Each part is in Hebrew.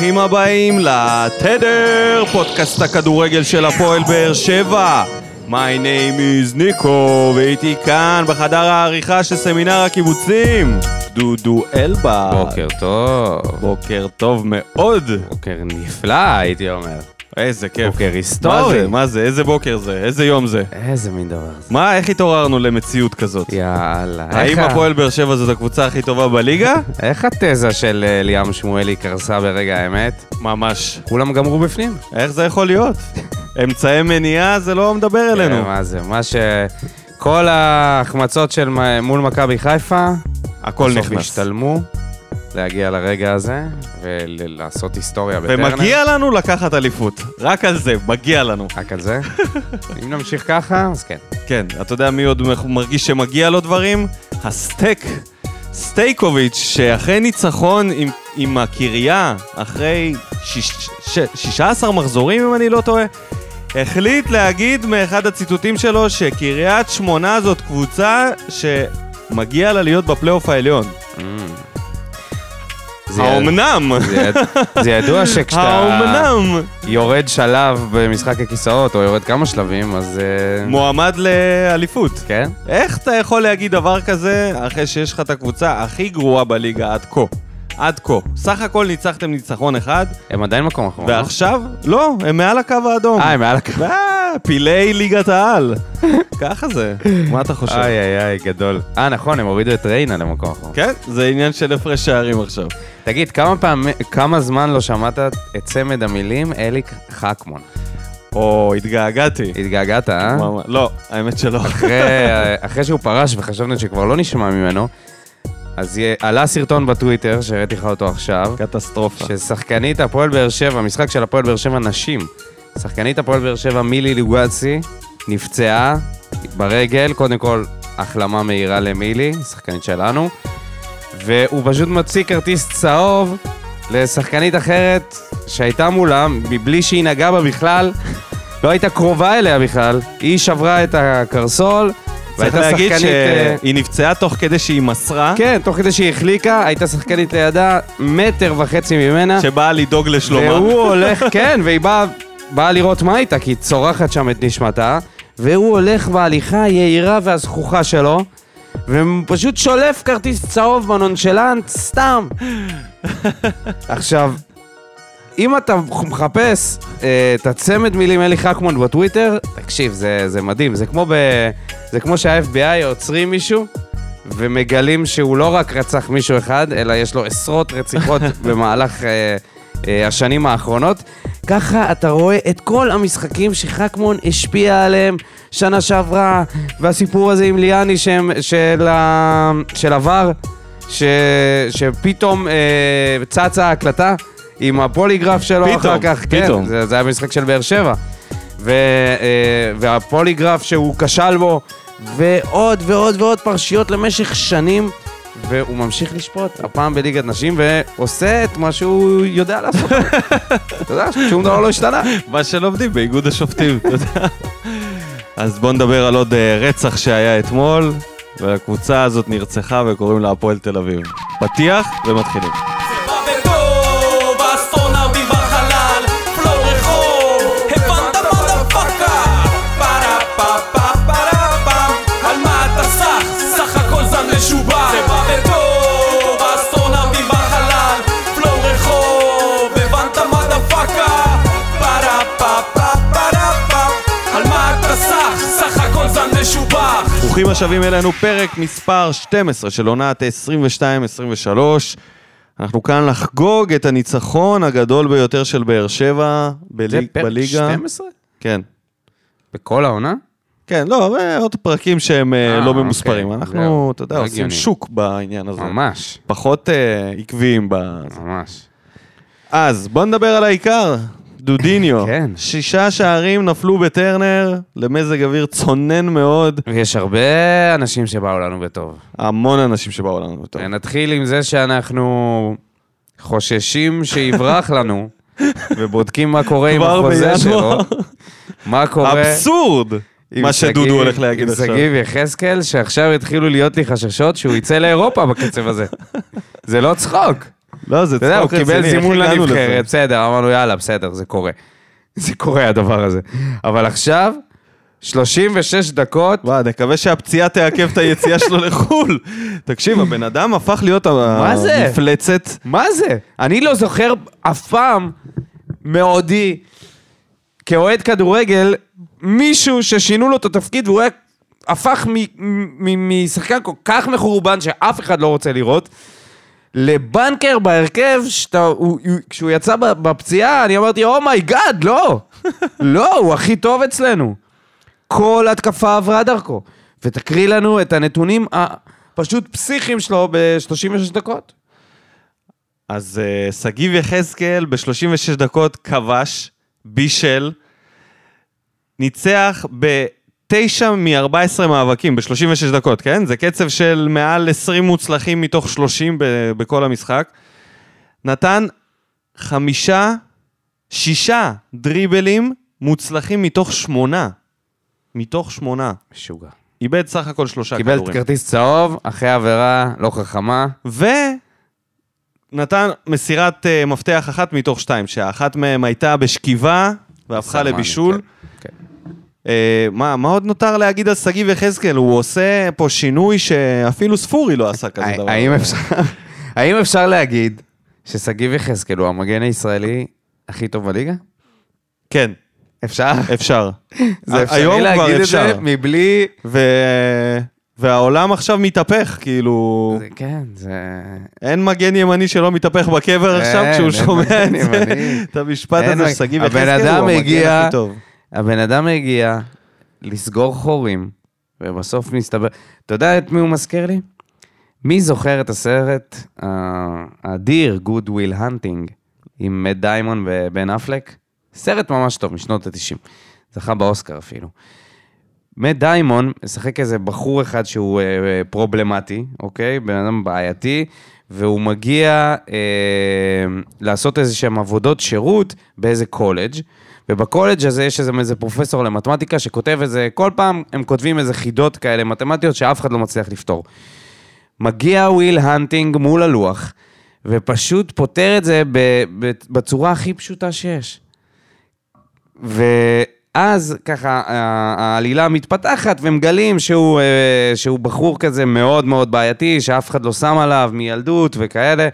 ברוכים הבאים לתדר, פודקאסט הכדורגל של הפועל באר שבע. My name is ניקו, והייתי כאן בחדר העריכה של סמינר הקיבוצים, דודו אלבה. בוקר טוב. בוקר טוב מאוד. בוקר נפלא, הייתי אומר. איזה כיף. בוקר היסטורי. מה זה? איזה בוקר זה? איזה יום זה? איזה מין דבר זה. מה, איך התעוררנו למציאות כזאת? יאללה. האם הפועל באר שבע זאת הקבוצה הכי טובה בליגה? איך התזה של ליאם שמואלי קרסה ברגע האמת? ממש. כולם גמרו בפנים. איך זה יכול להיות? אמצעי מניעה זה לא מדבר אלינו. מה זה? מה כל ההחמצות של מול מכבי חיפה, הכל נכנס. בסוף השתלמו להגיע לרגע הזה ולעשות היסטוריה בטרנר. ומגיע לנו לקחת אליפות. רק על זה, מגיע לנו. רק על זה? אם נמשיך ככה, אז כן. כן, אתה יודע מי עוד מרגיש שמגיע לו דברים? סטייקוביץ', שאחרי ניצחון עם הקריה, אחרי 16 מחזורים אם אני לא טועה, החליט להגיד מאחד הציטוטים שלו שקריית שמונה זאת קבוצה שמגיע לה להיות בפלייאוף העליון. האומנם? זה ידוע שכשאתה האומנם יורד שלב במשחק הכיסאות, או יורד כמה שלבים, אז מועמד לאליפות. כן? איך אתה יכול להגיד דבר כזה אחרי שיש לך את הקבוצה הכי גרועה בליגה עד כה? עד כה. סך הכל ניצחתם ניצחון אחד. הם עדיין מקום אחרון. ועכשיו? לא, הם מעל הקו האדום. הם מעל הקו. פילי ליגת העל. ככה זה. מה אתה חושב? איי, גדול. נכון, הם הורידו את ריינה למקום אחרון. כן, זה עניין של הפרש שערים עכשיו. תגיד, כמה זמן לא שמעת את צמד המילים אליק חכמון? התגעגעתי. התגעגעת, אה? לא, האמת שלא. אחרי שהוא פרש וחשבנו שכבר לא נשמע ממנו, אז עלה סרטון בטוויטר, שהראיתי לך אותו עכשיו. קטסטרופה. ששחקנית הפועל באר שבע, משחק של הפועל באר שבע נשים, שחקנית הפועל באר שבע מילי לוגצי, נפצעה ברגל, קודם כל החלמה מהירה למילי, שחקנית שלנו, והוא פשוט מוציא כרטיס צהוב לשחקנית אחרת שהייתה מולה, מבלי שהיא נגעה בה בכלל, לא הייתה קרובה אליה בכלל, היא שברה את הקרסול, צריך להגיד שהיא נפצעה תוך כדי שהיא מסרה. כן, תוך כדי שהיא החליקה, הייתה שחקנית לידה 1.5 מטר ממנה. שבאה לדאוג לשלומה. והוא הולך, כן, והיא באה לראות מה הייתה, כי היא צורחת שם את נשמתה, והוא הולך בהליכה היעירה והזכוכה שלו, ופשוט שולף כרטיס צהוב בנונשלנט, סתם. עכשיו, אם אתה מחפש את הצמד מילים אלי חכמון בטוויטר, תקשיב, זה מדהים. זה כמו שה-FBI עוצרים מישהו, ומגלים שהוא לא רק רצח מישהו אחד, אלא יש לו עשרות רציחות במהלך השנים האחרונות. ככה אתה רואה את כל המשחקים שחכמון השפיע עליהם שנה שעברה, והסיפור הזה עם ליאני של עבר, שפתאום צצה ההקלטה, עם הפוליגרף שלו אחר כך, כן, זה היה משחק של באר שבע, והפוליגרף שהוא כשל בו, ועוד ועוד ועוד פרשיות למשך שנים, והוא ממשיך לשפוט, הפעם בליגת נשים, ועושה את מה שהוא יודע לעשות. אתה יודע, שום דבר לא השתנה. מה שלומדים באיגוד השופטים, אתה יודע. אז בוא נדבר על עוד רצח שהיה אתמול, והקבוצה הזאת נרצחה וקוראים לה הפועל תל אביב. פתיח ומתחילים. ברוכים השבים אלינו, פרק מספר 12 של עונת 22-23. אנחנו כאן לחגוג את הניצחון הגדול ביותר של באר שבע בליגה. זה פרק 12? כן. בכל העונה? כן, לא, עוד פרקים שהם לא ממוספרים. אנחנו, אתה יודע, עושים שוק בעניין הזה. ממש. פחות עקביים. ממש. אז בוא נדבר על העיקר. דודיניו, כן. 6 שערים נפלו בטרנר, למזג אוויר צונן מאוד. ויש הרבה אנשים שבאו לנו בטוב. המון אנשים שבאו לנו בטוב. נתחיל עם זה שאנחנו חוששים שיברח לנו, ובודקים מה קורה עם החוזה שלו. מה קורה... אבסורד! מה שדודו הולך להגיד עכשיו. שגיב יחזקאל, שעכשיו התחילו להיות לי חששות שהוא יצא לאירופה בקצב הזה. זה לא צחוק. לא, זה אתה יודע, הוא צחוק קיבל רציני, איך זימון הגענו לזה? לנבחרת, בסדר, אמרנו, יאללה, בסדר, זה קורה. זה קורה הדבר הזה. אבל עכשיו, 36 דקות, וואי, נקווה שהפציעה תעכב את היציאה שלו לחול. תקשיב, הבן אדם הפך להיות מה זה? המפלצת. מה זה? אני לא זוכר אף פעם מעודי, כאוהד כדורגל, מישהו ששינו לו את התפקיד, והוא היה הפך משחקן כל כך מחורבן, שאף אחד לא רוצה לראות, לבנקר בהרכב, כשהוא יצא בפציעה, אני אמרתי, אומייגאד, לא. לא, הוא הכי טוב אצלנו. כל התקפה עברה דרכו. ותקריא לנו את הנתונים הפשוט פסיכיים שלו ב-36 דקות. אז סגיב יחזקאל ב-36 דקות כבש, בישל, ניצח ב-9 מ-14 מאבקים ב-36 דקות, כן? זה קצב של מעל 20 מוצלחים מתוך 30 בכל המשחק. נתן 6 דריבלים מוצלחים מתוך 8. מתוך 8. משוגע. איבד סך הכל 3 קיבל כדורים. כרטיס צהוב, אחרי עבירה לא חכמה. ונתן מסירת מפתח אחת מתוך 2, שהאחת מהם הייתה בשכיבה, והפכה לבישול. כן. מה עוד נותר להגיד על סגיב יחזקאל? הוא עושה פה שינוי שאפילו ספורי לא עשה כזה דבר. האם אפשר להגיד שסגיב יחזקאל הוא המגן הישראלי הכי טוב בליגה? כן. אפשר? אפשר. זה אפשרי להגיד את זה מבלי... והעולם עכשיו מתהפך, כאילו... כן, זה... אין מגן ימני שלא מתהפך בקבר עכשיו, כשהוא שומע את המשפט הזה, שסגיב יחזקאל הוא המגן הכי טוב. הבן אדם הגיע לסגור חורים, ובסוף מסתבר... אתה יודע את מי הוא מזכיר לי? מי זוכר את הסרט האדיר, Good Will Hunting, עם מאט דיימון ובן אפלק? סרט ממש טוב, משנות ה-90. זכה באוסקר אפילו. מאט דיימון משחק איזה בחור אחד שהוא פרובלמטי, אוקיי? בן אדם בעייתי, והוא מגיע לעשות איזה שהם עבודות שירות באיזה קולג', ובקולג' הזה יש איזה פרופסור למתמטיקה שכותב איזה, כל פעם הם כותבים איזה חידות כאלה מתמטיות שאף אחד לא מצליח לפתור. מגיע וויל הנטינג מול הלוח, ופשוט פותר את זה בצורה הכי פשוטה שיש. ואז ככה העלילה מתפתחת ומגלים שהוא בחור כזה מאוד מאוד בעייתי, שאף אחד לא שם עליו מילדות וכאלה,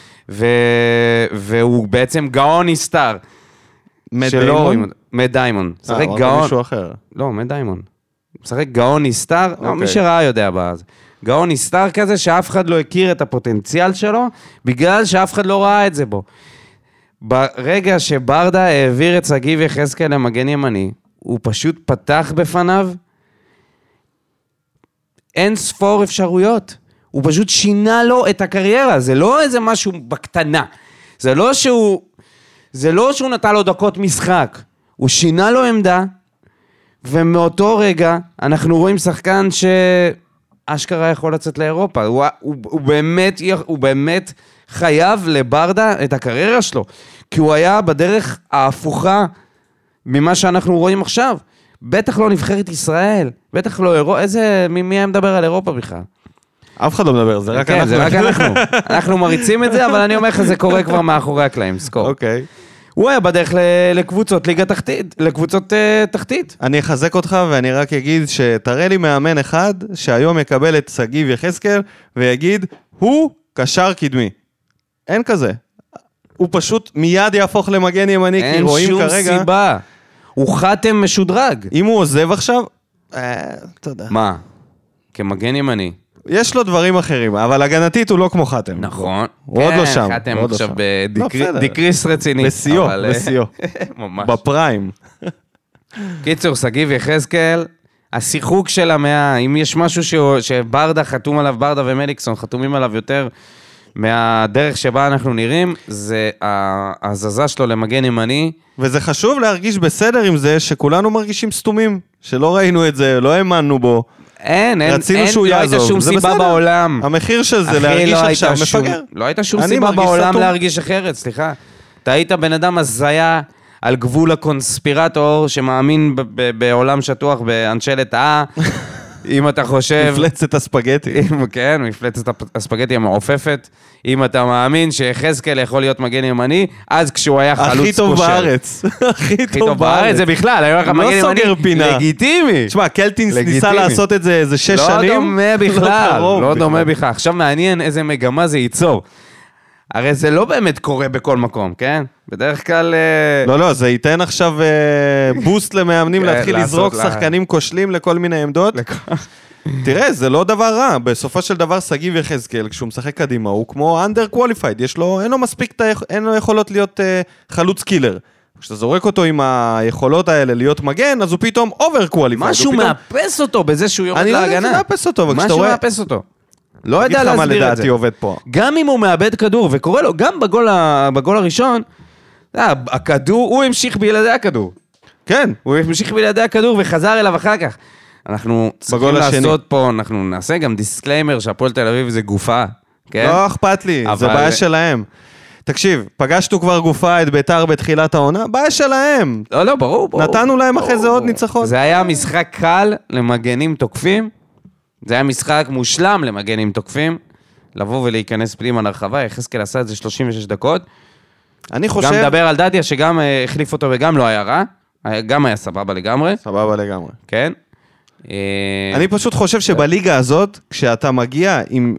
והוא בעצם גאון נסתר. מאט דיימון? מאט דיימון. משחק גאון. מישהו אחר. לא, מאט דיימון. משחק גאון נסתר, מי שראה יודע באז. גאון נסתר כזה שאף אחד לא הכיר את הפוטנציאל שלו, בגלל שאף אחד לא ראה את זה בו. ברגע שברדה העביר את סגיב יחזקאל למגן ימני, הוא פשוט פתח בפניו אין ספור אפשרויות. הוא פשוט שינה לו את הקריירה, זה לא איזה משהו בקטנה. זה לא שהוא נתן לו דקות משחק. הוא שינה לו עמדה, ומאותו רגע אנחנו רואים שחקן שאשכרה יכול לצאת לאירופה. הוא באמת חייב לברדה את הקריירה שלו, כי הוא היה בדרך ההפוכה ממה שאנחנו רואים עכשיו. בטח לא נבחרת ישראל, בטח לא אירופה, מי היה מדבר על אירופה בכלל? אף אחד לא מדבר, זה רק אנחנו. כן, זה רק אנחנו. אנחנו מריצים את זה, אבל אני אומר לך, זה קורה כבר מאחורי הקלעים, סקור. אוקיי. הוא היה בדרך לקבוצות ליגה תחתית, לקבוצות תחתית. אני אחזק אותך ואני רק אגיד שתראה לי מאמן אחד שהיום יקבל את סגיב יחזקאל ויגיד, הוא קשר קדמי. אין כזה. הוא פשוט מיד יהפוך למגן ימני, כי רואים כרגע... אין שום סיבה. הוא חתם משודרג. אם הוא עוזב עכשיו, תודה. מה? כמגן ימני. יש לו דברים אחרים, אבל הגנתית הוא לא כמו חתם. נכון. הוא עוד לא שם. חתם עכשיו בדיקריס רציני. בסיו. ממש. בפריים. קיצור, סגיב יחזקאל, השיחוק של המאה, אם יש משהו שברדה חתום עליו, ברדה ומליקסון חתומים עליו יותר מהדרך שבה אנחנו נראים, זה ההזזה שלו למגן ימני. וזה חשוב להרגיש בסדר עם זה שכולנו מרגישים סתומים, שלא ראינו את זה, לא האמנו בו. רצינו שהוא יעזוב. לא הייתה שום סיבה בעולם. המחיר של זה להרגיש עכשיו מפגר. לא הייתה שום סיבה בעולם להרגיש אחרת, סליחה. אתה היית בן אדם הזיה על גבול הקונספירטור שמאמין בעולם שטוח באנשי לטאה, אם אתה חושב... מפלצת הספגטי. כן, מפלצת הספגטי המעופפת. אם אתה מאמין שחזקאל יכול להיות מגן ימני, אז כשהוא היה חלוץ כושר. הכי טוב בארץ. הכי טוב בארץ זה בכלל, היה לך מגן ימני לגיטימי. תשמע, קלטינס ניסה לעשות את זה איזה 6 שנים. לא דומה בכלל, לא דומה בכלל. עכשיו מעניין איזה מגמה זה ייצור. הרי זה לא באמת קורה בכל מקום, כן? בדרך כלל... לא, זה ייתן עכשיו בוסט למאמנים להתחיל לזרוק שחקנים כושלים לכל מיני עמדות. תראה, זה לא דבר רע. בסופו של דבר, סגיב יחזקאל, כשהוא משחק קדימה, הוא כמו under qualified. אין לו מספיק, אין לו יכולות להיות חלוץ קילר. כשאתה זורק אותו עם היכולות האלה להיות מגן, אז הוא פתאום over qualified. משהו מאפס אותו בזה שהוא יורד להגנה. אני לא יודע מאפס אותו, אבל כשאתה משהו רואה... מאפס אותו. לא יודע להסביר את זה. עובד פה. גם אם הוא מאבד כדור, וקורא לו, גם בגול הראשון, הכדור, הוא המשיך בילדי הכדור. כן. הוא המשיך בילדי הכדור וחזר אליו אחר כך. אנחנו צריכים לעשות פה, אנחנו נעשה גם דיסקליימר שהפועל תל אביב זה גופה. לא אכפת לי, זה בעיה שלהם. תקשיב, פגשנו כבר גופה את ביתר בתחילת העונה, בעיה שלהם. לא, ברור. נתנו להם אחרי זה עוד ניצחון. זה היה משחק קל למגנים תוקפים, זה היה משחק מושלם למגנים תוקפים, לבוא ולהיכנס פנימה לרחבה, יחזקאל עשה את זה 36 דקות. אני חושב... גם מדבר על דדיה שגם החליף אותו וגם לא היה רע, גם היה סבבה לגמרי. סבבה לגמרי. כן. אני פשוט חושב שבליגה הזאת, כשאתה מגיע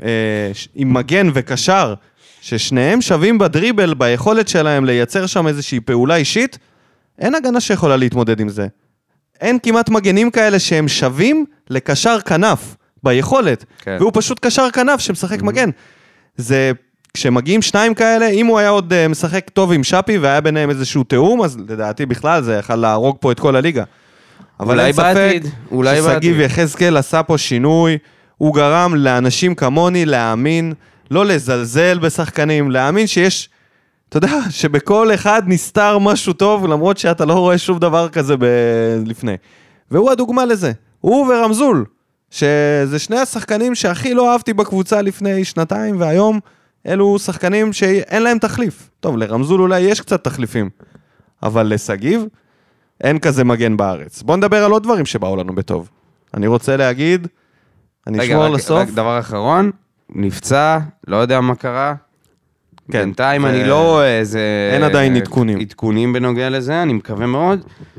עם מגן וקשר, ששניהם שווים בדריבל, ביכולת שלהם לייצר שם איזושהי פעולה אישית, אין הגנה שיכולה להתמודד עם זה. אין כמעט מגנים כאלה שהם שווים לקשר כנף, ביכולת. כן. והוא פשוט קשר כנף שמשחק מגן. זה, כשמגיעים שניים כאלה, אם הוא היה עוד משחק טוב עם שפי, והיה ביניהם איזשהו תאום, אז לדעתי בכלל זה יכול להרוג פה את כל הליגה. אבל אין ספק שסגיב יחזקאל עשה פה שינוי, הוא גרם לאנשים כמוני להאמין, לא לזלזל בשחקנים, להאמין שיש, אתה יודע, שבכל אחד נסתר משהו טוב, למרות שאתה לא רואה שום דבר כזה לפני. והוא הדוגמה לזה, הוא ורמזול, שזה שני השחקנים שהכי לא אהבתי בקבוצה לפני שנתיים, והיום אלו שחקנים שאין להם תחליף. טוב, לרמזול אולי יש קצת תחליפים, אבל לסגיב, אין כזה מגן בארץ. בוא נדבר על עוד דברים שבאו לנו בטוב. אני רוצה להגיד, אני אשמור לסוף. רק דבר אחרון, נפצע, לא יודע מה קרה. כן, בינתיים אני לא רואה איזה... אין עדיין עדכונים. עדכונים בנוגע לזה, אני מקווה מאוד.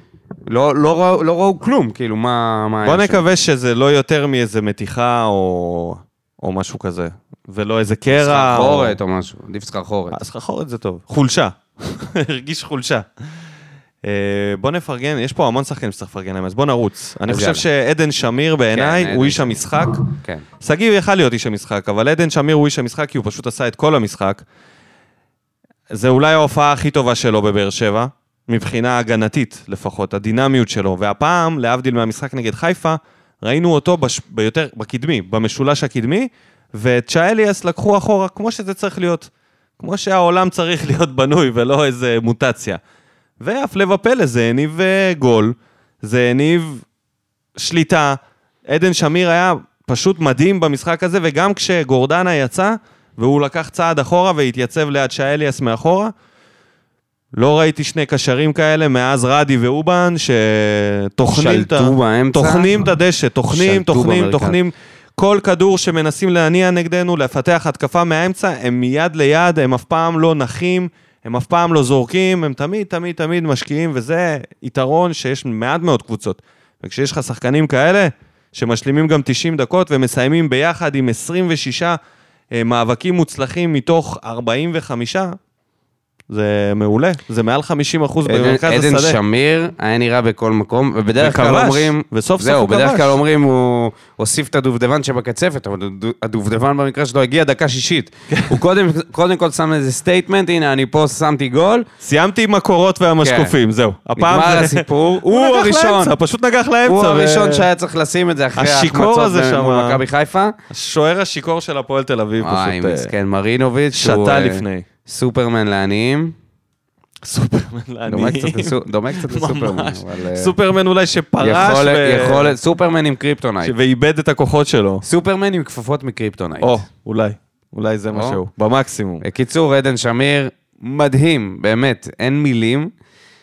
לא ראו כלום, כאילו, מה היה שם. בוא נקווה שזה לא יותר מאיזה מתיחה או משהו כזה. ולא איזה קרע. סחרחורת או משהו, עדיף סחרחורת. סחרחורת זה טוב. חולשה. הרגיש חולשה. בוא נפרגן, יש פה המון שחקנים שצריך לפרגן להם, אז בוא נרוץ. אני חושב שעדן שמיר בעיניי הוא איש המשחק. סגיב יכל להיות איש המשחק, אבל עדן שמיר הוא איש המשחק כי הוא פשוט עשה את כל המשחק. זה אולי ההופעה הכי טובה שלו בבאר שבע, מבחינה הגנתית לפחות, הדינמיות שלו. והפעם, להבדיל מהמשחק נגד חיפה, ראינו אותו ביותר, בקדמי, במשולש הקדמי, ואת צ'אליאס לקחו אחורה כמו שזה צריך להיות. כמו שהעולם צריך להיות בנוי ולא איזה מוטציה. ואף לב הפלא, זה הניב גול, זה הניב שליטה. עדן שמיר היה פשוט מדהים במשחק הזה, וגם כשגורדנה יצא, והוא לקח צעד אחורה והתייצב ליד שאליאס מאחורה, לא ראיתי שני קשרים כאלה מאז רדי ואובן, שתוכנים את הדשא, תוכנים, כל כדור שמנסים להניע נגדנו, לפתח התקפה מהאמצע, הם מיד ליד, הם אף פעם לא נחים, הם אף פעם לא זורקים, הם תמיד משקיעים, וזה יתרון שיש מעט מאוד קבוצות. וכשיש לך שחקנים כאלה, שמשלימים גם 90 דקות, ומסיימים ביחד עם 26 מאבקים מוצלחים מתוך 45, זה מעולה, זה מעל 50% במרכז השדה. עדן שמיר היה נראה בכל מקום, ובדרך כלל אומרים, זהו, בדרך כלל אומרים, הוא הוסיף את הדובדבן שבקצפת, אבל הדובדבן במקרה שלו הגיע דקה 60. הוא קודם כל שם איזה סטייטמנט, הנה אני פה שמתי גול. סיימתי עם הקורות והמשקופים, זהו. נגמר הסיפור, הוא הראשון. פשוט נגח לאמצע. הוא הראשון שהיה צריך לשים את זה אחרי ההחמצות במכבי חיפה. השוער השיקור של הפועל תל אביב. וואי, מסכן, מרינוביץ' שתה לפני. סופרמן לעניים. סופרמן לעניים. דומה קצת לסופרמן. סופרמן אולי שפרש. סופרמן עם קריפטונייט. ואיבד את הכוחות שלו. סופרמן עם כפפות מקריפטונייט. אולי זה מה שהוא. במקסימום. בקיצור, עדן שמיר, מדהים, באמת, אין מילים.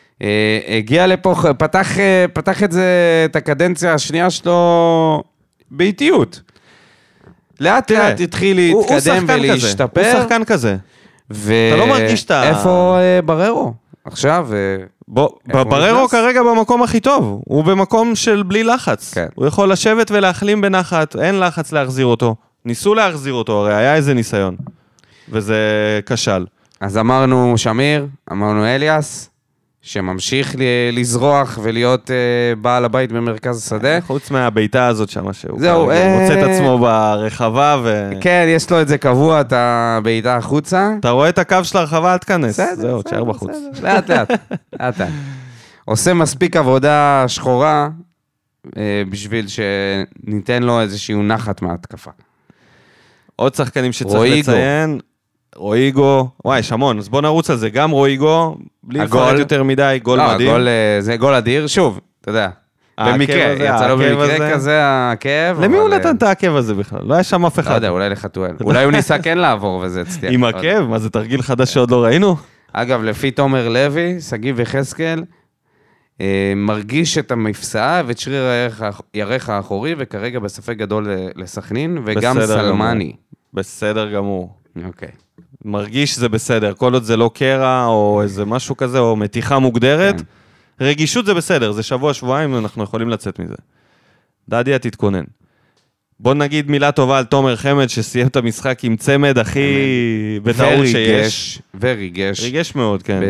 הגיע לפה, פתח את זה, את הקדנציה השנייה שלו, באיטיות. לאט לאט התחיל להתקדם ולהשתפר. הוא שחקן כזה. אתה לא מרגיש את ה... איפה בררו? עכשיו... בררו כרגע במקום הכי טוב. הוא במקום של בלי לחץ. כן. הוא יכול לשבת ולהחלים בנחת, אין לחץ להחזיר אותו. ניסו להחזיר אותו, הרי היה איזה ניסיון. וזה כשל. אז אמרנו שמיר, אמרנו אליאס, שממשיך לזרוח ולהיות בעל הבית במרכז השדה. חוץ מהביתה הזאת שם, שהוא מוצא את עצמו ברחבה כן, יש לו את זה קבוע, את הביתה החוצה. אתה רואה את הקו של הרחבה, אל תכנס. זהו, תשאר בחוץ. לאט לאט. עושה מספיק עבודה שחורה, בשביל שניתן לו איזשהו נחת מההתקפה. עוד שחקנים שצריך לציין, רואיגו, וואי, יש המון, אז בוא נרוץ על זה, גם רואיגו, בלי לפרט יותר מדי, גול מדהים. זה גול אדיר, שוב, אתה יודע, במקרה, יצא לו במקרה כזה העקב. למי הוא נתן את העקב הזה בכלל? לא היה שם אף אחד. לא יודע, אולי לחתואל. אולי הוא ניסה כן לעבור וזה הצליח. עם עקב? מה זה תרגיל חדש שעוד לא ראינו? אגב, לפי תומר לוי, סגיב וחזקאל, מרגיש את המפסעה ואת שריר ירך האחורי, וכרגע בספק גדול לסכנין, וגם סלמני. בסדר גמור. אוקיי. מרגיש שזה בסדר, כל עוד זה לא קרע או איזה משהו כזה, או מתיחה מוגדרת, רגישות זה בסדר, זה שבוע, שבועיים, אנחנו יכולים לצאת מזה. דדיה, תתכונן. בוא נגיד מילה טובה על תומר חמד, שסיים את המשחק עם צמד הכי בטעות שיש. וריגש. ריגש מאוד, כן.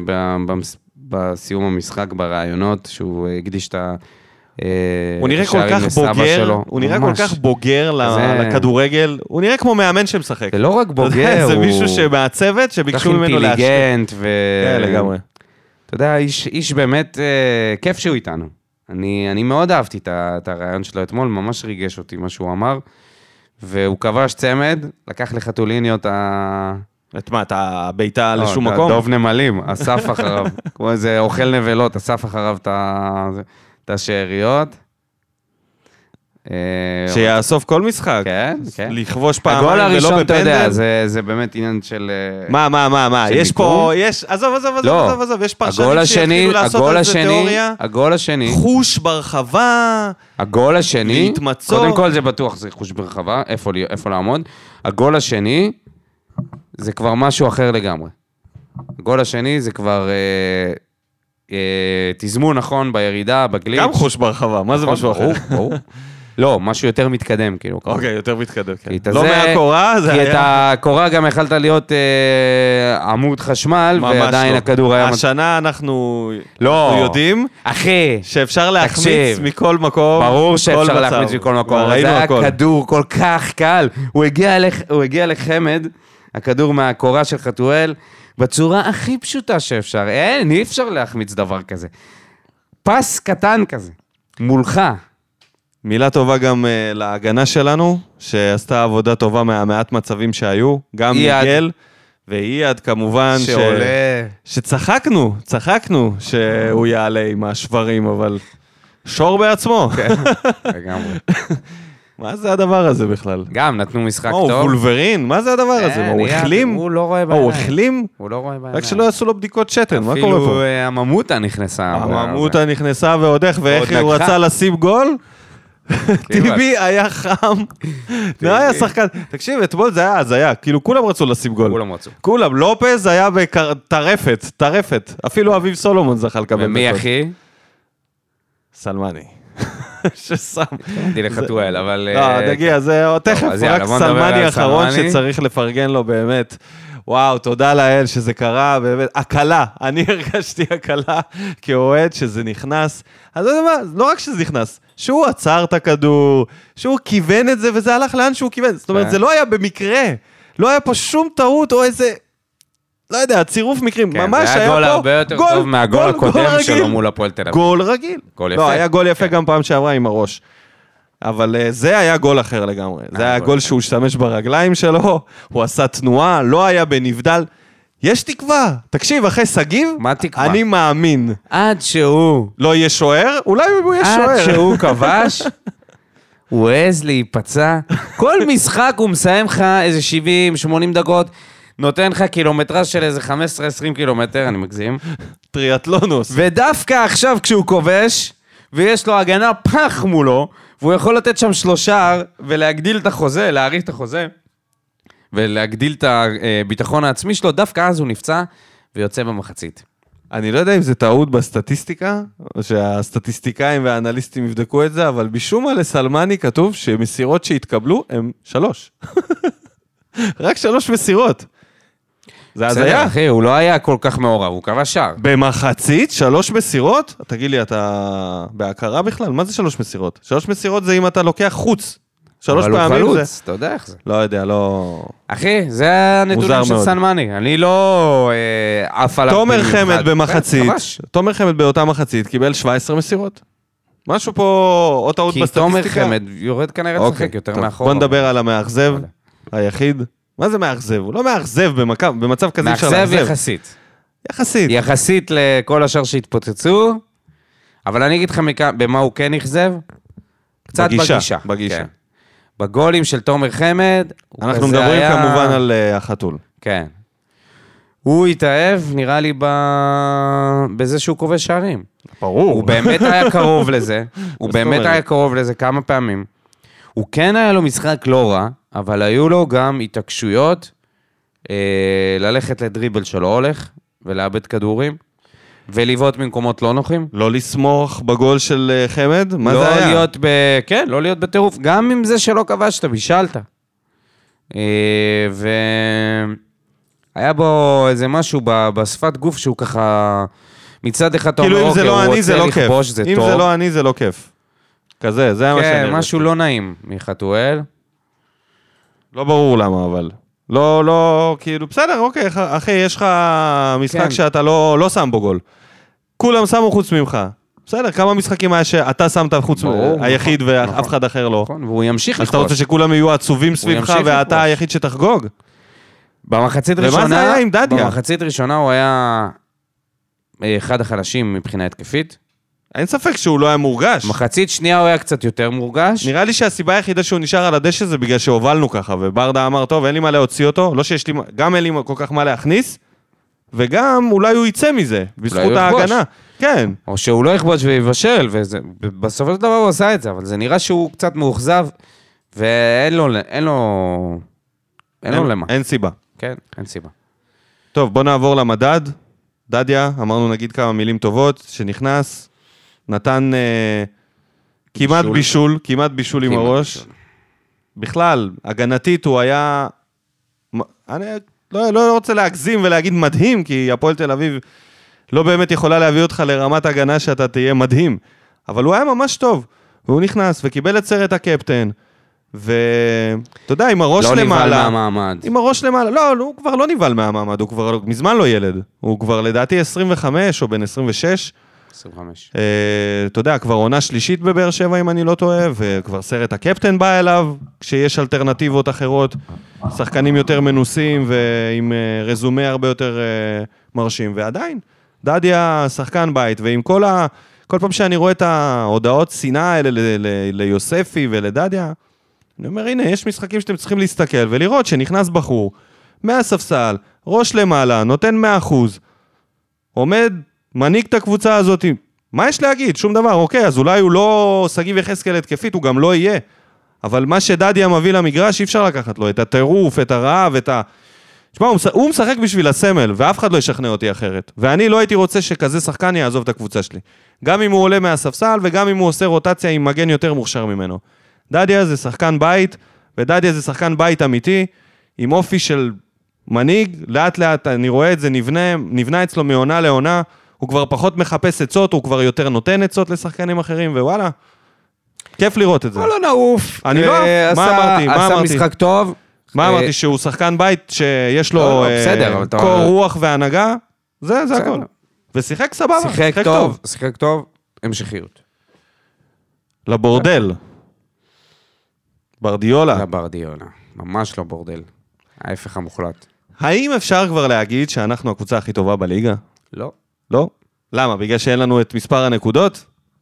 בסיום המשחק, ברעיונות, שהוא הקדיש את הוא נראה כל כך בוגר, הוא נראה כל כך בוגר לכדורגל, הוא נראה כמו מאמן שמשחק. זה לא רק בוגר, זה מישהו שמהצוות, שביקשו ממנו להשקיע. אינטליגנט כן, לגמרי. אתה יודע, איש באמת, כיף שהוא איתנו. אני מאוד אהבתי את הרעיון שלו אתמול, ממש ריגש אותי מה שהוא אמר, והוא כבש צמד, לקח לחתוליניו את מה, אתה ביתה לשום מקום? דוב נמלים, אסף אחריו, כמו איזה אוכל נבלות, אסף אחריו את השאריות. שיאסוף כל משחק. כן, כן. לכבוש פעמיים ולא בפנדל. הגול הראשון, אתה יודע, זה באמת עניין של... מה? יש פה, עזוב, יש פרשנים שהתחילו לעשות על זה תיאוריה. הגול השני. חוש ברחבה. הגול השני. להתמצוא. קודם כל זה בטוח, זה חוש ברחבה, איפה לעמוד. הגול השני, זה כבר משהו אחר לגמרי. הגול השני זה כבר... תזמון נכון בירידה, בגליץ'. גם חוש ברחבה, מה זה משהו אחר? לא, משהו יותר מתקדם, כאילו. אוקיי, יותר מתקדם, כן. לא מהקורה, זה היה... כי את הקורה גם יכלת להיות עמוד חשמל, ועדיין הכדור היה... השנה אנחנו יודעים שאפשר להחמיץ מכל מקום. ברור שאפשר להחמיץ מכל מקום. זה היה כדור כל כך קל. הוא הגיע לחמד, הכדור מהקורה של חתואל, בצורה הכי פשוטה שאפשר. אי אפשר להחמיץ דבר כזה. פס קטן כזה, מולך. מילה טובה גם להגנה שלנו, שעשתה עבודה טובה מהמעט מצבים שהיו, גם מיגל, ואייד כמובן, שצחקנו שהוא יעלה עם השברים, אבל שור בעצמו. לגמרי. מה זה הדבר הזה בכלל? גם נתנו משחק טוב. הוא וולברין, מה זה הדבר הזה? הוא החלים? הוא לא רואה בעיניים. הוא החלים? הוא לא רואה בעיניים. רק שלא יעשו לו בדיקות שתן, מה קורה פה? אפילו הממותה נכנסה. הממותה נכנסה ועוד איך, ואיך הוא רצה לשים גול? טיבי היה חם. לא היה שחקן. תקשיב, אתמול זה היה הזיה, כאילו כולם רצו לשים גול. כולם רצו. כולם, לופז היה בטרפת. אפילו אביב סולומון זכה לקבל. ומי אחי? סלמני. ששם. די לחתואל, אבל... לא, נגיע, זה תכף, רק סלמני האחרון שצריך לפרגן לו באמת. וואו, תודה לאל שזה קרה, באמת, הקלה, אני הרגשתי הקלה כאוהד שזה נכנס. אז לא רק שזה נכנס, שהוא עצר את הכדור, שהוא כיוון את זה, וזה הלך לאן שהוא כיוון. זאת אומרת, זה לא היה במקרה, לא היה פה שום טעות או איזה... לא יודע, צירוף מקרים, ממש היה פה... זה היה גול הרבה יותר טוב מהגול הקודם שלו מול הפועל תל אביב. גול רגיל. לא, היה גול יפה גם פעם שעברה עם הראש. אבל זה היה גול אחר לגמרי. זה היה גול שהוא השתמש ברגליים שלו, הוא עשה תנועה, לא היה בנבדל. יש תקווה. תקשיב, אחרי סגיב, מה תקווה? אני מאמין. עד שהוא... לא יהיה שוער? אולי הוא יהיה שוער. עד שהוא כבש, הוא עז להיפצע. כל משחק הוא מסיים לך איזה 70-80 דקות, נותן לך קילומטרז של איזה 15-20 קילומטר, אני מגזים. טריאטלונוס. ודווקא עכשיו כשהוא כובש, ויש לו הגנה פח מולו, והוא יכול לתת שם 3 ולהגדיל את החוזה, להאריך את החוזה, ולהגדיל את הביטחון העצמי שלו, דווקא אז הוא נפצע ויוצא במחצית. אני לא יודע אם זה טעות בסטטיסטיקה, או שהסטטיסטיקאים והאנליסטים יבדקו את זה, אבל בשום מה לסלמני כתוב שמסירות שהתקבלו הם 3. רק 3 מסירות. זה הזיה. אחי, הוא לא היה כל כך מעורב, הוא קבע שער. במחצית 3 מסירות? תגיד לי, אתה בהכרה בכלל? מה זה 3 מסירות? 3 מסירות זה אם אתה לוקח חוץ. 3 פעמים זה... אבל הוא חלוץ, אתה יודע איך זה. לא יודע, לא... אחי, זה הנתונים של סלמני. אני לא עף עליו... תומר חמד במחצית, תומר חמד באותה מחצית קיבל 17 מסירות. משהו פה, או טעות בסטטיסטיקה. כי תומר חמד יורד כנראה צחק יותר מאחור. בוא נדבר על המאכזב, היחיד. מה זה מאכזב? הוא לא מאכזב במצב כזה אפשר לאכזב. מאכזב יחסית. יחסית. יחסית לכל השאר שהתפוצצו, אבל אני אגיד לך במה הוא כן אכזב. קצת בגישה. בגולים של תומר חמד, אנחנו מדברים כמובן על החתול. כן. הוא התאהב, נראה לי, בזה שהוא כובש שערים. ברור. הוא באמת היה קרוב לזה. הוא באמת היה קרוב לזה כמה פעמים. הוא כן היה לו משחק לא רע, אבל היו לו גם התעקשויות ללכת לדריבל שלא הולך, ולאבד כדורים, ולבעוט ממקומות לא נוחים. לא לסמוך בגול של חמד? מה זה היה? כן, לא להיות בטירוף. גם עם זה שלא כבשת, בישלת. והיה בו איזה משהו בשפת גוף שהוא ככה, מצד אחד אתה אומר, אוקיי, הוא רוצה לכבוש, זה טוב. אם זה לא אני, זה לא כיף. כזה, זה היה מה שאני... כן, משהו לא נעים מחתואל. לא ברור למה, אבל... לא, כאילו, בסדר, אוקיי, אחי, יש לך משחק שאתה לא שם בו גול. כולם שמו חוץ ממך. בסדר, כמה משחקים היה שאתה שמת חוץ היחיד ואף אחד אחר לא. נכון, והוא ימשיך לכבוש. אז אתה רוצה שכולם יהיו עצובים סביבך ואתה היחיד שתחגוג? במחצית ראשונה... ומה זה היה עם דדיה? במחצית ראשונה הוא היה אחד החלשים מבחינה התקפית. אין ספק שהוא לא היה מורגש. מחצית שנייה הוא היה קצת יותר מורגש. נראה לי שהסיבה היחידה שהוא נשאר על הדשא זה בגלל שהובלנו ככה, וברדה אמר, טוב, אין לי מה להוציא אותו, לא שיש לי, גם אין לי כל כך מה להכניס, וגם אולי הוא יצא מזה, בזכות ההגנה. כן. או שהוא לא יכבוש ויבשל, ובסופו של דבר הוא עושה את זה, אבל זה נראה שהוא קצת מאוכזב, ואין לו למה. אין סיבה. כן, אין סיבה. טוב, בוא נעבור למדד. דדיה, אמרנו נגיד כמה מילים טובות, שנכנס, נתן כמעט בישול עם הראש. בכלל, הגנתית הוא היה, אני לא רוצה להגזים ולהגיד מדהים, כי הפועל תל אביב לא באמת יכולה להביא אותך לרמת הגנה שאתה תהיה מדהים, אבל הוא היה ממש טוב, והוא נכנס וקיבל את סרט הקפטן, ואתה יודע, עם הראש למעלה. לא נבהל מהמעמד. עם הראש למעלה, לא, הוא כבר לא נבהל מהמעמד, הוא כבר מזמן לא ילד, הוא כבר לדעתי 25 או בן 26, 25. אתה יודע, כבר עונה שלישית בבאר שבע, אם אני לא טועה, וכבר סרט הקפטן בא אליו, כשיש אלטרנטיבות אחרות, שחקנים יותר מנוסים, ועם רזומה הרבה יותר מרשים, ועדיין, דדיה שחקן בית, ועם כל פעם שאני רואה את ההודעות שנאה האלה ליוספי ולדדיה, אני אומר, הנה, יש משחקים שאתם צריכים להסתכל, ולראות שנכנס בחור, מהספסל, ראש למעלה, נותן 100%, עומד, מנהיג את הקבוצה הזאת, מה יש להגיד? שום דבר, אוקיי, אז אולי הוא לא סגיב יחזקאל התקפית, הוא גם לא יהיה, אבל מה שדדיה מביא למגרש, אי אפשר לקחת לו, את הטירוף, את הרעב, את ה... תשמע, הוא משחק בשביל הסמל, ואף אחד לא ישכנע אותי אחרת, ואני לא הייתי רוצה שכזה שחקן יעזוב את הקבוצה שלי, גם אם הוא עולה מהספסל, וגם אם הוא עושה רוטציה עם מגן יותר מוכשר ממנו. דדיה זה שחקן בית, ודדיה זה שחקן בית אמיתי, עם אופי של מנהיג, לאט לאט אני רואה את זה נבנה אצלו מעונה לעונה, הוא כבר פחות מחפש עצות, הוא כבר יותר נותן עצות לשחקנים אחרים, ווואלה, כיף לראות את זה. לא נעוף. אני לא, מה אמרתי? עשה משחק טוב. מה אמרתי? שהוא שחקן בית שיש לו קור רוח והנהגה, זה הכל. ושיחק סבבה, שיחק טוב, המשכיות. לבורדל. ברדיולה. לברדיולה, ממש לא בורדל. ההפך המוחלט. האם אפשר כבר להגיד שאנחנו הקבוצה הכי טובה בליגה? לא. לא? למה? בגלל שאין לנו את מספר הנקודות?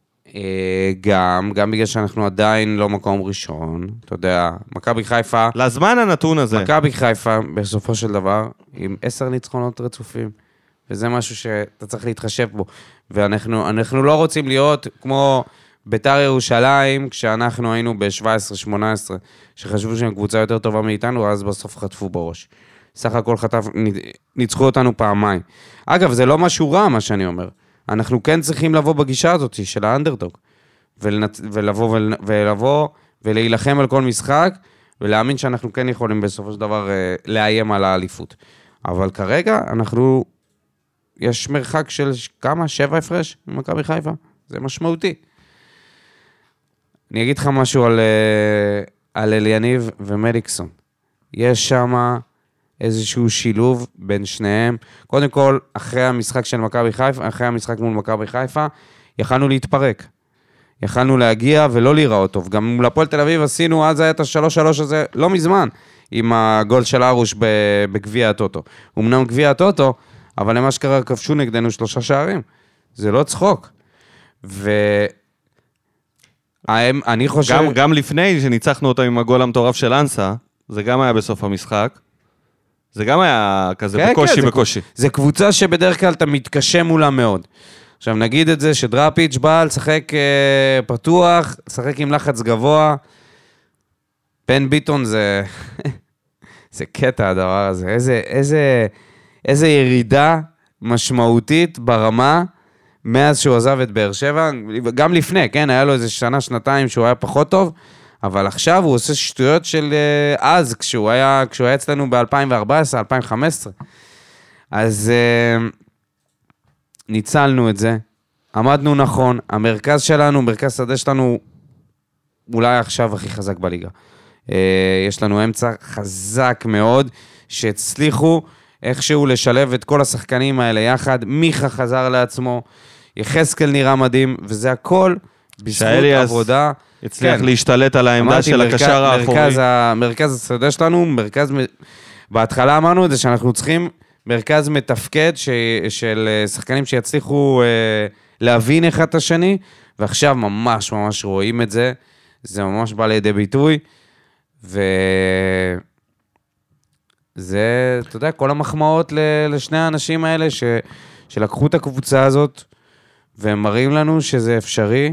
גם בגלל שאנחנו עדיין לא מקום ראשון. אתה יודע, מכבי חיפה... לזמן הנתון הזה. מכבי חיפה, בסופו של דבר, עם 10 ניצחונות רצופים. וזה משהו שאתה צריך להתחשב בו. ואנחנו לא רוצים להיות כמו ביתר ירושלים, כשאנחנו היינו ב-17-18, שחשבו שהם קבוצה יותר טובה מאיתנו, אז בסוף חטפו בראש. סך הכל ניצחו אותנו פעמיים. אגב, זה לא משהו רע, מה שאני אומר. אנחנו כן צריכים לבוא בגישה הזאת של האנדרדוג, ולבוא ולהילחם על כל משחק, ולהאמין שאנחנו כן יכולים בסופו של דבר לאיים על האליפות. אבל כרגע יש מרחק של כמה? 7 הפרש ממכבי חיפה. זה משמעותי. אני אגיד לך משהו על אליניב ומליקסון. יש שם איזשהו שילוב בין שניהם. קודם כל, אחרי המשחק של מכבי חיפה, אחרי המשחק מול מכבי חיפה, יכלנו להתפרק. יכלנו להגיע ולא להיראות טוב. גם מול הפועל תל אביב עשינו, אז היה את ה-3-3 הזה, לא מזמן, עם הגול של ארוש בגביע הטוטו. אמנם גביע הטוטו, אבל למה שקרה, כבשו נגדנו 3 שערים. זה לא צחוק. אני חושב... גם לפני שניצחנו אותו עם הגול המטורף של אנסה, זה גם היה בסוף המשחק. זה גם היה כזה בקושי. זה קבוצה שבדרך כלל אתה מתקשה מולה מאוד. עכשיו נגיד את זה שדראפיץ' בא לשחק פתוח, לשחק עם לחץ גבוה. פן ביטון זה... זה קטע הדבר הזה. איזה ירידה משמעותית ברמה מאז שהוא עזב את באר שבע. גם לפני, כן? היה לו איזה שנה, שנתיים שהוא היה פחות טוב. אבל עכשיו הוא עושה שטויות של אז, כשהוא היה אצלנו ב-2014, 2015. אז ניצלנו את זה, עמדנו נכון, המרכז שלנו, מרכז שדה שלנו, אולי עכשיו הכי חזק בליגה. יש לנו אמצע חזק מאוד, שהצליחו איכשהו לשלב את כל השחקנים האלה יחד, מיכה חזר לעצמו, יחזקאל נראה מדהים, וזה הכל בזכות עבודה. הצליח להשתלט על העמדה של הקשר האחורי. מרכז השדה שלנו, בהתחלה אמרנו את זה שאנחנו צריכים מרכז מתפקד של שחקנים שיצליחו להבין אחד את השני, ועכשיו ממש ממש רואים את זה, זה ממש בא לידי ביטוי, וזה, אתה יודע, כל המחמאות לשני האנשים האלה שלקחו את הקבוצה הזאת, והם מראים לנו שזה אפשרי,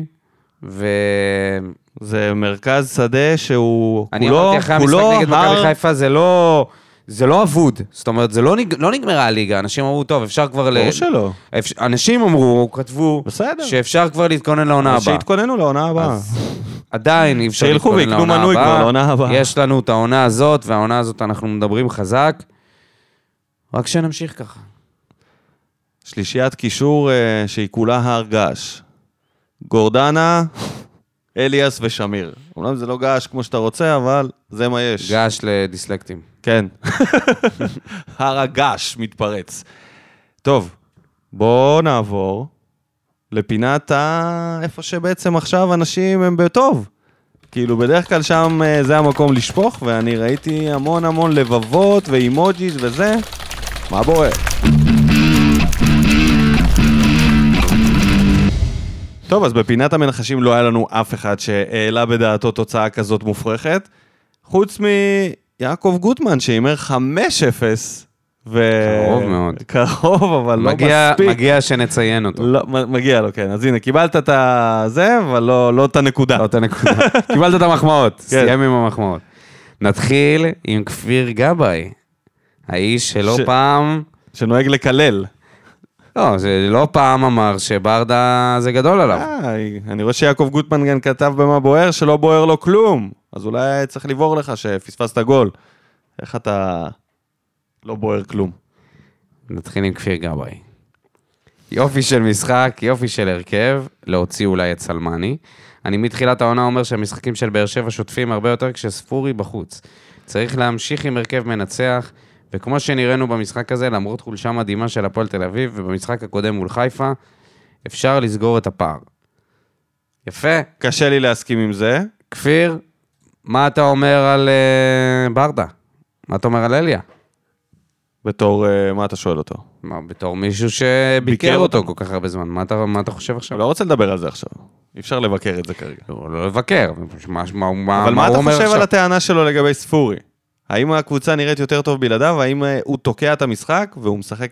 זה מרכז שדה שהוא אני אמרתי אחרי המשחק נגד מכבי חיפה, זה לא אבוד, זאת אומרת, זה לא נגמרה הליגה, אנשים אמרו, טוב, אפשר כבר... ברור שלא. אנשים אמרו, כתבו, שאפשר כבר להתכונן לעונה הבאה. שהתכוננו לעונה הבאה. עדיין אי אפשר להתכונן לעונה הבאה. יש לנו את העונה הזאת, והעונה הזאת אנחנו מדברים חזק, רק שנמשיך ככה. שלישיית קישור שהיא כולה הר געש. גורדנה, אליאס ושמיר. אומנם זה לא געש כמו שאתה רוצה, אבל זה מה יש. געש לדיסלקטים. כן. הר הגעש מתפרץ. טוב, בואו נעבור לפינת איפה שבעצם עכשיו אנשים הם בטוב. כאילו בדרך כלל שם זה המקום לשפוך, ואני ראיתי המון לבבות ואימוג'יז וזה. מה בוער? טוב, אז בפינת המנחשים לא היה לנו אף אחד שהעלה בדעתו תוצאה כזאת מופרכת, חוץ מיעקב גוטמן שאימר 5-0, קרוב מאוד. קרוב, אבל לא מספיק. מגיע שנציין אותו. לא, מגיע לו, כן. אז הנה, קיבלת את זה, אבל לא את הנקודה. לא את הנקודה. קיבלת את המחמאות. סיים עם המחמאות. נתחיל עם כפיר גבאי. האיש שלא פעם... שנוהג לקלל. לא, זה לא פעם אמר שברדה זה גדול עליו. אני רואה שיעקב גוטמן גם כתב במה בוער, שלא בוער לו כלום. אז אולי צריך לבור לך שפספסת גול. איך אתה לא בוער כלום? נתחיל עם כפיר גבאי. יופי של משחק, יופי של הרכב, להוציא אולי את סלמני. אני מתחילת העונה אומר שהמשחקים של באר שבע שוטפים הרבה יותר כשספורי בחוץ. צריך להמשיך עם הרכב מנצח, וכמו שנראינו במשחק הזה, למרות חולשה מדהימה של הפועל תל אביב, ובמשחק הקודם מול חיפה, אפשר לסגור את הפער. יפה. קשה לי להסכים עם זה. כפיר, מה אתה אומר על ברדה? מה אתה אומר על אליה? בתור, מה אתה שואל אותו? בתור מישהו שביקר אותו כל כך הרבה זמן. מה אתה חושב עכשיו? לא רוצה לדבר על זה עכשיו. אי אפשר לבקר את זה כרגע. לא לבקר. אבל מה אתה חושב על הטענה שלו לגבי ספורי? האם הקבוצה נראית יותר טוב בלעדיו? האם הוא תוקע את המשחק והוא משחק...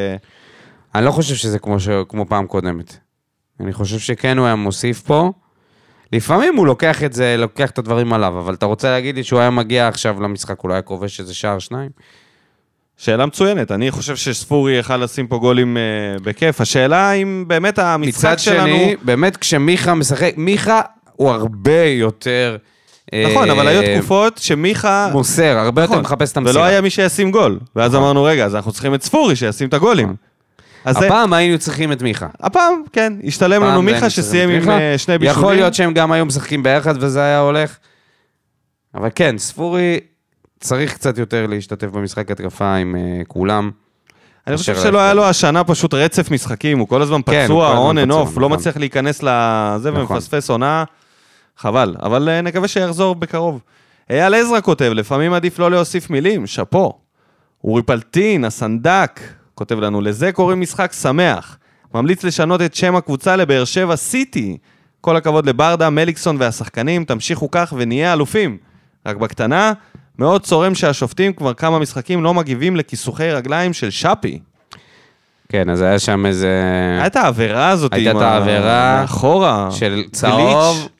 אני לא חושב שזה כמו פעם קודמת. אני חושב שכן הוא היה מוסיף פה, לפעמים הוא לוקח את זה, לוקח את הדברים עליו, אבל אתה רוצה להגיד לי שהוא היה מגיע עכשיו למשחק, אולי כובש איזה שער שניים? שאלה מצוינת, אני חושב שספורי יכל לשים פה גולים בכיף. השאלה אם באמת המשחק שלנו... מצד שני, באמת כשמיכה משחק, מיכה הוא הרבה יותר... נכון, אבל היו תקופות שמיכה... מוסר, הרבה יותר מחפש את המסירה. ולא היה מי שישים גול. ואז אמרנו, רגע, אז אנחנו צריכים את ספורי שישים את הגולים. הפעם היינו צריכים את מיכה. הפעם, כן, השתלם לנו מיכה שסיים עם שני בישולים. יכול להיות שהם גם היו משחקים ביחד וזה היה הולך. אבל כן, ספורי צריך קצת יותר להשתתף במשחק התקפה עם כולם. אני חושב שלא היה לו השנה פשוט רצף משחקים, הוא כל הזמן פצוע, און אנ אוף, לא מצליח להיכנס לזה ומפספס עונה. חבל, אבל נקווה שיחזור בקרוב. אייל עזרא כותב, לפעמים עדיף לא להוסיף מילים, שפו. אורי פלטין, הסנדק, כותב לנו, לזה קוראים משחק שמח. ממליץ לשנות את שם הקבוצה לבאר שבע סיטי. כל הכבוד לברדה, מליקסון והשחקנים, תמשיכו כך ונהיה אלופים. רק בקטנה, מאוד צורם שהשופטים כבר כמה משחקים לא מגיבים לכיסוכי רגליים של שפי. כן, אז היה שם איזה... הייתה העבירה הזאת. הייתה את העבירה מאחורה. של צהוב,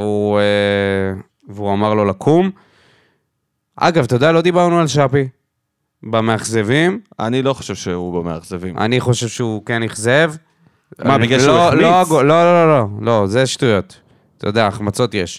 והוא אמר לו לקום. אגב, אתה יודע, לא דיברנו על שפי. במאכזבים. אני לא חושב שהוא במאכזבים. אני חושב שהוא כן אכזב. מה, בגלל שהוא החמיץ? לא, זה שטויות. אתה יודע, החמצות יש.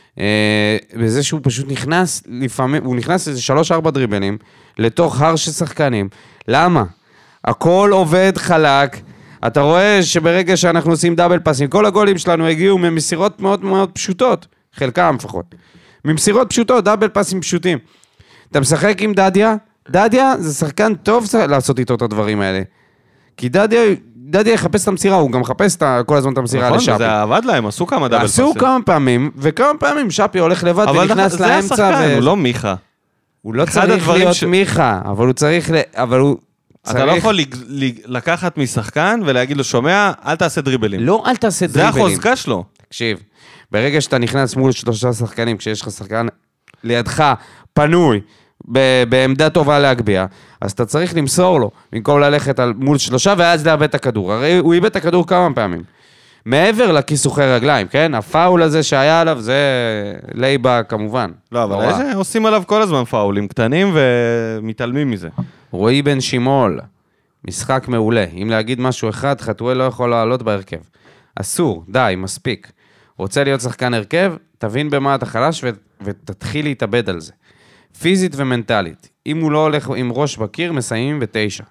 בזה שהוא פשוט נכנס, לפעמים, הוא נכנס איזה 3-4 דריבלים, לתוך הר של שחקנים. למה? הכל עובד חלק. אתה רואה שברגע שאנחנו עושים דאבל פאסים, כל הגולים שלנו הגיעו ממסירות מאוד מאוד פשוטות. חלקם לפחות. ממסירות פשוטות, דאבל פאסים פשוטים. אתה משחק עם דדיה, דדיה זה שחקן טוב לעשות איתו את הדברים האלה. כי דדיה יחפש את המסירה, הוא גם מחפש כל הזמן את המסירה לשאפי. נכון, זה עבד להם, עשו כמה דאבל פאסים. עשו כמה פעמים, וכמה פעמים שפי הולך לבד ונכנס לאמצע. אבל זה השחקן, הוא לא מיכה. הוא לא צריך להיות מיכה, אבל הוא צריך... אתה לא יכול לקחת משחקן ולהגיד לו, שומע, אל תעשה דריבלים. לא, אל תעשה דריבלים. זה החוזקה שלו. תקשיב, ברגע שאתה נכנס מול 3 שחקנים, כשיש לך שחקן לידך פנוי, בעמדה טובה להגביע, אז אתה צריך למסור לו, במקום ללכת מול 3 ואז לאבד את הכדור. הרי הוא איבד את הכדור כמה פעמים. מעבר לכיסוכי רגליים, כן? הפאול הזה שהיה עליו זה לייבה כמובן. לא, אבל עושים עליו כל הזמן פאולים קטנים ומתעלמים מזה. רועי בן שימול, משחק מעולה. אם להגיד משהו אחד, חתואל לא יכול לעלות בהרכב. אסור, די, מספיק. רוצה להיות שחקן הרכב, תבין במה אתה חלש ותתחיל להתאבד על זה. פיזית ומנטלית. אם הוא לא הולך עם ראש בקיר, מסיימים ב9.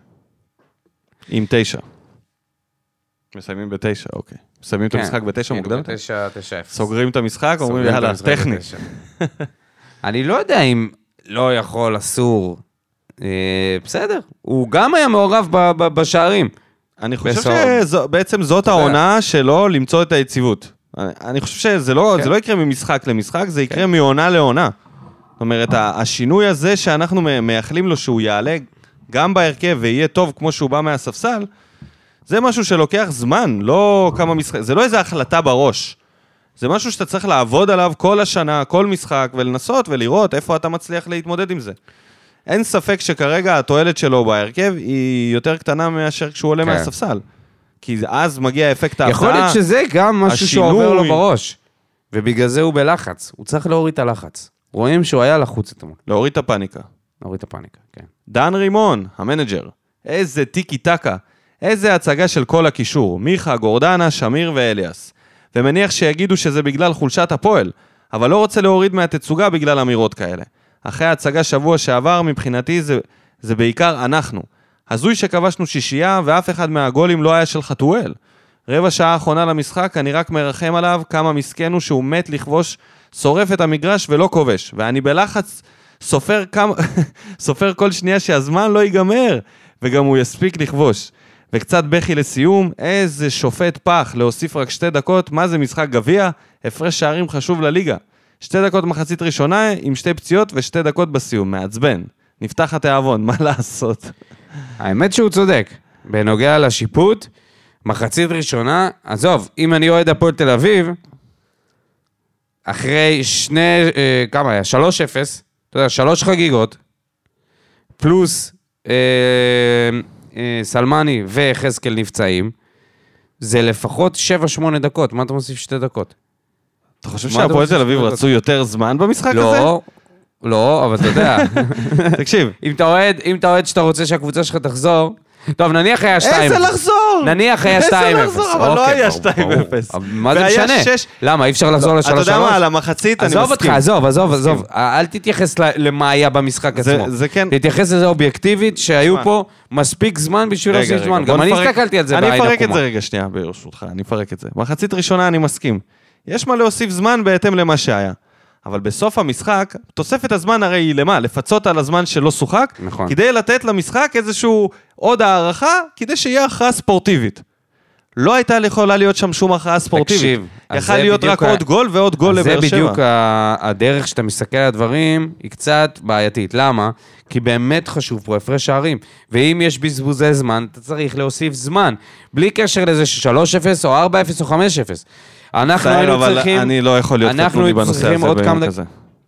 עם 9. מסיימים ב9, אוקיי. מסיימים את המשחק ב9 מוקדם? ב9, 9-0. סוגרים את המשחק, אומרים, יאללה, טכני. אני לא יודע אם לא יכול, אסור. בסדר. הוא גם היה מעורב בשערים. אני חושב שבעצם זאת העונה שלו למצוא את היציבות. אני חושב שזה לא יקרה ממשחק למשחק, זה יקרה מעונה לעונה. זאת אומרת, השינוי הזה שאנחנו מייחלים לו שהוא יעלה גם בהרכב ויהיה טוב כמו שהוא בא מהספסל, זה משהו שלוקח זמן, לא כמה משחק, זה לא איזו החלטה בראש. זה משהו שאתה צריך לעבוד עליו כל השנה, כל משחק, ולנסות ולראות איפה אתה מצליח להתמודד עם זה. אין ספק שכרגע התועלת שלו בהרכב היא יותר קטנה מאשר כשהוא עולה מהספסל. כי אז מגיע אפקט ההפתעה. יכול להיות שזה גם משהו שעובר לו בראש. ובגלל זה הוא בלחץ. הוא צריך להוריד את הלחץ. רואים שהוא היה לחוץ אתמול. להוריד את הפאניקה. להוריד את הפאניקה, כן. דן רימון, המנג'ר. איזה טיקי טקה. איזה הצגה של כל הקישור. מיכה, גורדנה, שמיר ואליאס. ומניח שיגידו שזה בגלל חולשת הפועל, אבל לא רוצה להוריד מהתצוגה בגלל אמירות כאלה. אחרי ההצגה שבוע שעבר, מבחינתי זה בעיקר אנחנו. הזוי שכבשנו 6 ואף אחד מהגולים לא היה של חתואל. רבע שעה האחרונה למשחק, אני רק מרחם עליו כמה מסכנו שהוא מת לכבוש, שורף את המגרש ולא כובש. ואני בלחץ סופר כל שנייה שהזמן לא ייגמר, וגם הוא יספיק לכבוש. וקצת בכי לסיום, איזה שופט פח, להוסיף רק 2 דקות, מה זה משחק גביע? הפרש שערים חשוב לליגה. 2 דקות מחצית ראשונה, עם 2 פציעות ו2 דקות בסיום, מעצבן. נפתח התיאבון, מה לעשות? האמת שהוא צודק. בנוגע לשיפוט, מחצית ראשונה, עזוב, אם אני אוהד הפועל תל אביב, אחרי 3-0, אתה יודע, 3 חגיגות, פלוס סלמני וחזקאל נפצעים, זה לפחות 7-8 דקות. מה אתה מוסיף 2 דקות? אתה חושב שהפועל תל אביב רצו יותר זמן במשחק הזה? לא, אבל אתה יודע. תקשיב. אם אתה אוהד שאתה רוצה שהקבוצה שלך תחזור, טוב, נניח היה 2-0. איזה לחזור? נניח היה 2-0. איזה לחזור, אבל לא היה 2-0. מה זה משנה? למה, אי אפשר לחזור ל-3-3? אתה יודע מה, על המחצית אני מסכים. עזוב. אל תתייחס למה היה במשחק עצמו. זה כן. תתייחס לזה אובייקטיבית, שהיו פה מספיק זמן בשביל להוסיף זמן. גם אני הסתכלתי על זה בעין עקומה. אני אפרק את זה רגע שנייה, ברשותך, אני אפרק את זה. מחצית ראשונה אני מסכים. יש מה להוסיף זמן בהתאם למה שהיה. אבל בסוף המשחק, תוספת הזמן הרי היא למה? לפצות על הזמן שלא שוחק, נכון. כדי לתת למשחק איזשהו עוד הערכה, כדי שיהיה הכרעה ספורטיבית. לא הייתה יכולה להיות שם שום הכרעה ספורטיבית. תקשיב. יכל להיות רק עוד גול ועוד גול לבאר שבע. זה בדיוק הדרך שאתה מסתכל על הדברים, היא קצת בעייתית. למה? כי באמת חשוב פה הפרש שערים. ואם יש בזבוזי זמן, אתה צריך להוסיף זמן. בלי קשר לזה 3-0 או 4-0 או 5-0. אנחנו היינו צריכים... אני לא יכול להיות קטנוני בנושא הזה ביום כזה.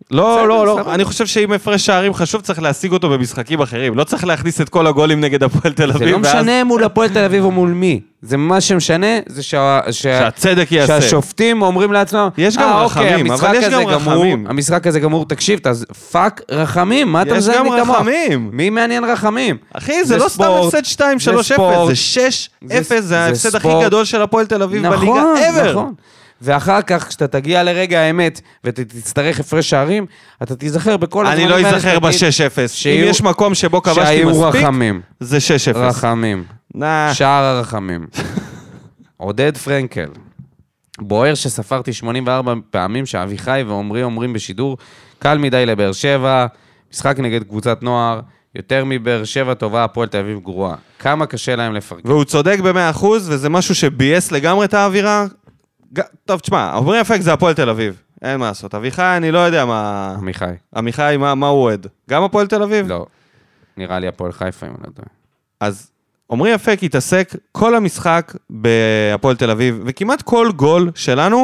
לא. אני חושב שאם הפרש שערים חשוב, צריך להשיג אותו במשחקים אחרים. לא צריך להכניס את כל הגולים נגד הפועל תל אביב. זה לא משנה מול הפועל תל אביב או מול מי. זה מה שמשנה, זה שהצדק יעשה. שהשופטים אומרים לעצמם, יש גם רחמים, אבל יש גם רחמים. המשחק הזה גמור, תקשיב, פאק רחמים, מה אתה מזהה מתמוך? יש גם רחמים. מי מעניין רחמים? אחי, זה לא סתם הפסד 2-3-0, זה 6-0, זה ההפסד הכי גדול של הפועל תל אביב בליגה ever. נכון. ואחר כך, כשאתה תגיע לרגע האמת, ותצטרך הפרש שערים, אתה תיזכר בכל אני לא אזכר ב-6-0. אם יש מקום שבו כבשתי מספיק, זה 6-0. רחמים. שער הרחמים. עודד פרנקל. בוער שספרתי 84 פעמים שאביחי ועומרי אומרים בשידור, קל מדי לבאר שבע, משחק נגד קבוצת נוער, יותר מבאר שבע טובה, הפועל תל אביב גרועה. כמה קשה להם לפרק. והוא צודק ב100%, וזה משהו שבייס לגמרי את האווירה. טוב, תשמע, עומרי אפק זה הפועל תל אביב. אין מה לעשות. אביחי, אני לא יודע מה... עמיחי, מה הוא אוהד? גם הפועל תל אביב? לא. נראה לי הפועל חיפה, אם אני לא יודע. אז עומרי אפק התעסק כל המשחק בהפועל תל אביב, וכמעט כל גול שלנו,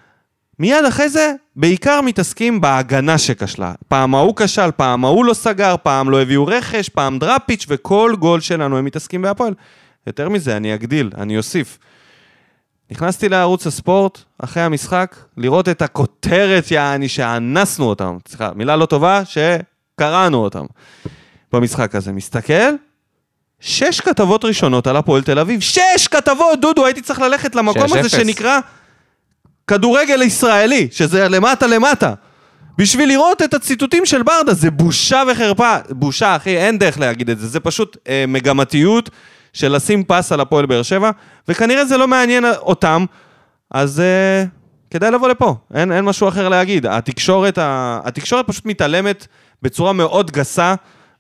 מיד אחרי זה, בעיקר מתעסקים בהגנה שכשלה. פעם ההוא כשל, פעם ההוא לא סגר, פעם לא הביאו רכש, פעם דראפיץ', וכל גול שלנו הם מתעסקים בהפועל. יותר מזה, אני אגדיל, אני אוסיף. נכנסתי לערוץ הספורט, אחרי המשחק, לראות את הכותרת יעני שאנסנו אותם. סליחה, מילה לא טובה, שקראנו אותם. במשחק הזה, מסתכל, 6 כתבות ראשונות על הפועל תל אביב. 6 כתבות, דודו, הייתי צריך ללכת למקום הזה שנקרא כדורגל ישראלי, שזה למטה. בשביל לראות את הציטוטים של ברדה, זה בושה וחרפה. בושה, אחי, אין דרך להגיד את זה. זה פשוט מגמתיות של לשים פס על הפועל באר שבע, וכנראה זה לא מעניין אותם, אז כדאי לבוא לפה. אין משהו אחר להגיד. התקשורת פשוט מתעלמת בצורה מאוד גסה,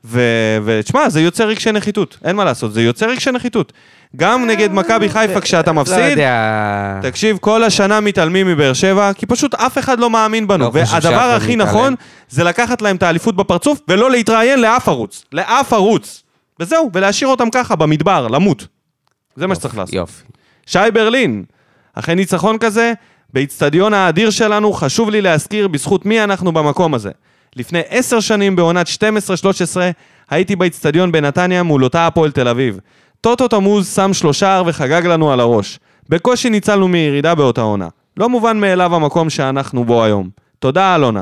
ותשמע, זה יוצר רגשי נחיתות. אין מה לעשות, זה יוצר רגשי נחיתות. גם נגד מכבי חיפה כשאתה מפסיד, תקשיב, כל השנה מתעלמים מבאר שבע, כי פשוט אף אחד לא מאמין בנו. והדבר הכי נכון, זה לקחת להם את האליפות בפרצוף, ולא להתראיין לאף ערוץ. וזהו, ולהשאיר אותם ככה במדבר, למות. זה מה שצריך לעשות. יופי. שי ברלין, אחרי ניצחון כזה, באצטדיון האדיר שלנו, חשוב לי להזכיר בזכות מי אנחנו במקום הזה. לפני 10 שנים, בעונת 12-13, הייתי באצטדיון בנתניה מול אותה הפועל תל אביב. טוטו תמוז שם 3 וחגג לנו על הראש. בקושי ניצלנו מירידה באותה עונה. לא מובן מאליו המקום שאנחנו בו היום. תודה, אלונה.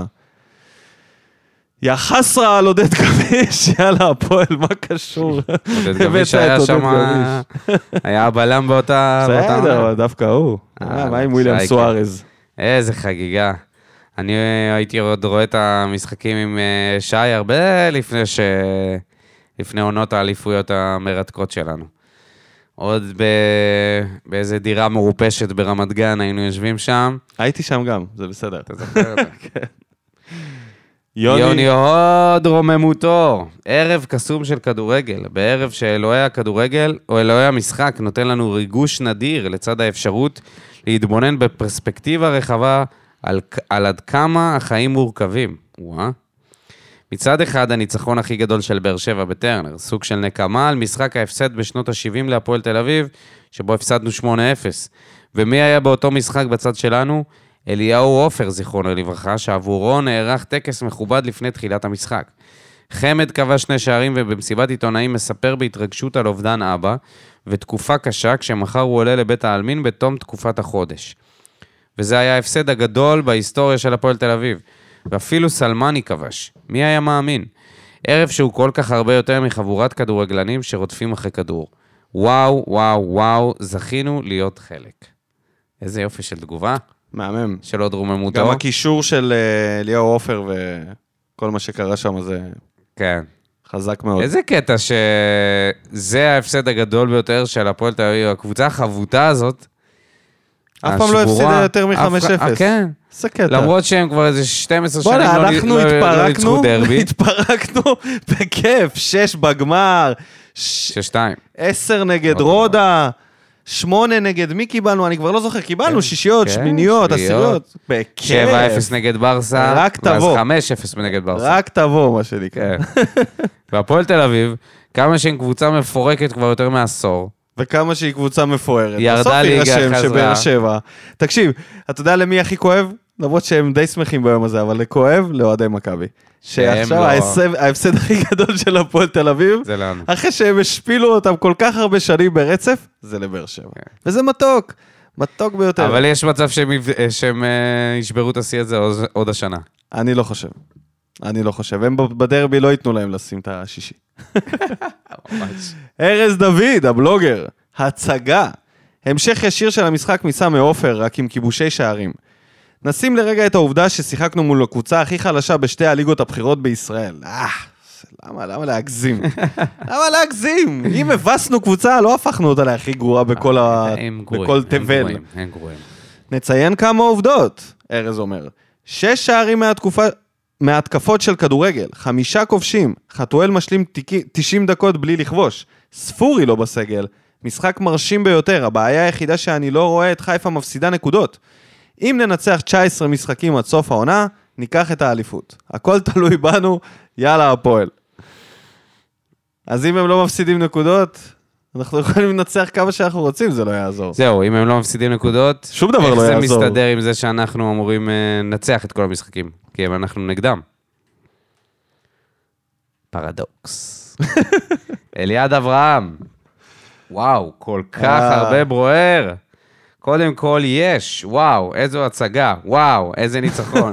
יא חסרה על עודד גביש, יאללה, הפועל, מה קשור? עודד גביש היה שם, היה הבלם באותה... בסדר, דווקא הוא. מה עם וויליאם סוארז? איזה חגיגה. אני הייתי עוד רואה את המשחקים עם שי הרבה לפני עונות האליפויות המרתקות שלנו. עוד באיזה דירה מרופשת ברמת גן, היינו יושבים שם. הייתי שם גם, זה בסדר. אתה זוכר את זה? יוני הוד רוממותו, ערב קסום של כדורגל, בערב שאלוהי הכדורגל או אלוהי המשחק נותן לנו ריגוש נדיר לצד האפשרות להתבונן בפרספקטיבה רחבה על עד כמה החיים מורכבים. מצד אחד הניצחון הכי גדול של באר שבע בטרנר, סוג של נקמה על משחק ההפסד בשנות ה-70 להפועל תל אביב, שבו הפסדנו 8-0. ומי היה באותו משחק בצד שלנו? אליהו עופר, זיכרונו לברכה, שעבורו נערך טקס מכובד לפני תחילת המשחק. חמד קבע 2 שערים ובמסיבת עיתונאים מספר בהתרגשות על אובדן אבא, ותקופה קשה כשמחר הוא עולה לבית העלמין בתום תקופת החודש. וזה היה ההפסד הגדול בהיסטוריה של הפועל תל אביב. ואפילו סלמני כבש. מי היה מאמין? ערב שהוא כל כך הרבה יותר מחבורת כדורגלנים שרודפים אחרי כדור. וואו, וואו, וואו, זכינו להיות חלק. איזה יופי של תגובה. מהמם. של עוד רוממותו. גם הקישור של אליהו עופר וכל מה שקרה שם זה כן. חזק מאוד. איזה קטע שזה ההפסד הגדול ביותר של הפועל תל אביב, הקבוצה החבוטה הזאת, אף פעם לא הפסידה יותר מ-5-0. כן. זה קטע. למרות שהם כבר איזה 12 שנים אנחנו ניצחו דרבי. התפרקנו בכיף, 6 בגמר, 6-2. 10 נגד רודה, 8 נגד מי קיבלנו? אני כבר לא זוכר, קיבלנו שישיות, שמיניות, עשיריות. בכיף. 7-0 נגד ברסה, רק תבוא. ואז 5-0 נגד ברסה. רק תבוא, מה שנקרא. והפועל תל אביב, כמה שהיא קבוצה מפורקת כבר יותר מעשור, וכמה שהיא קבוצה מפוארת. ירדה ליגה, בסוף יירשם חזרה. שבאר שבע. תקשיב, אתה יודע למי הכי כואב? למרות שהם די שמחים ביום הזה, אבל לכואב, לאוהדי מכבי. שעכשיו ההפסד הכי גדול של הפועל תל אביב, זה לנו. אחרי שהם השפילו אותם כל כך הרבה שנים ברצף, זה לבאר שבע. וזה מתוק, מתוק ביותר. אבל יש מצב שהם ישברו את השיא הזה עוד השנה. אני לא חושב. אני לא חושב. הם בדרבי לא ייתנו להם לשים את השישי. ארז דוד, הבלוגר, הצגה. המשך ישיר של המשחק מסמי עופר, רק עם כיבושי שערים. נשים לרגע את העובדה ששיחקנו מול הקבוצה הכי חלשה בשתי הליגות הבחירות בישראל. למה להגזים? למה להגזים? אם הבסנו קבוצה, לא הפכנו אותה להכי גרועה בכל תבל. הם גרועים. נציין כמה עובדות, ארז אומר. 6 שערים מהתקפות של כדורגל, 5 כובשים, חתואל משלים 90 דקות בלי לכבוש, ספורי לא בסגל, משחק מרשים ביותר, הבעיה היחידה שאני לא רואה את חיפה מפסידה נקודות. אם ננצח 19 משחקים עד סוף העונה, ניקח את האליפות. הכל תלוי בנו, יאללה הפועל. אז אם הם לא מפסידים נקודות, אנחנו יכולים לנצח כמה שאנחנו רוצים, זה לא יעזור. זהו, אם הם לא מפסידים נקודות, שום דבר לא יעזור. איך זה מסתדר עם זה שאנחנו אמורים לנצח את כל המשחקים? כי אנחנו נגדם. פרדוקס. אליעד אברהם. וואו, כל כך הרבה ברוער. קודם כל יש, וואו, איזו הצגה, וואו, איזה ניצחון.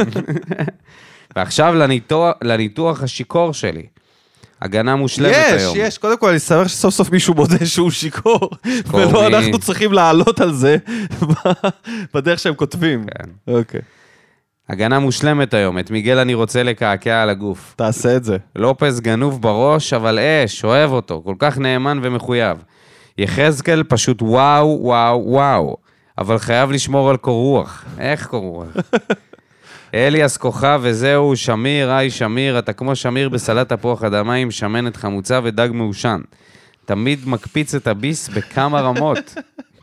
ועכשיו לניתוח השיקור שלי. הגנה מושלמת היום. יש, קודם כל אני שמח שסוף סוף מישהו מודה שהוא שיקור, ולא אנחנו צריכים לעלות על זה בדרך שהם כותבים. אוקיי. הגנה מושלמת היום, את מיגל אני רוצה לקעקע על הגוף. תעשה את זה. לופס גנוב בראש, אבל אש, אוהב אותו, כל כך נאמן ומחויב. יחזקאל פשוט וואו, וואו, וואו. אבל חייב לשמור על קור רוח. איך קור רוח? אליאס כוכב וזהו, שמיר, היי שמיר, אתה כמו שמיר בסלט תפוח אדמה עם שמנת חמוצה ודג מעושן. תמיד מקפיץ את הביס בכמה רמות.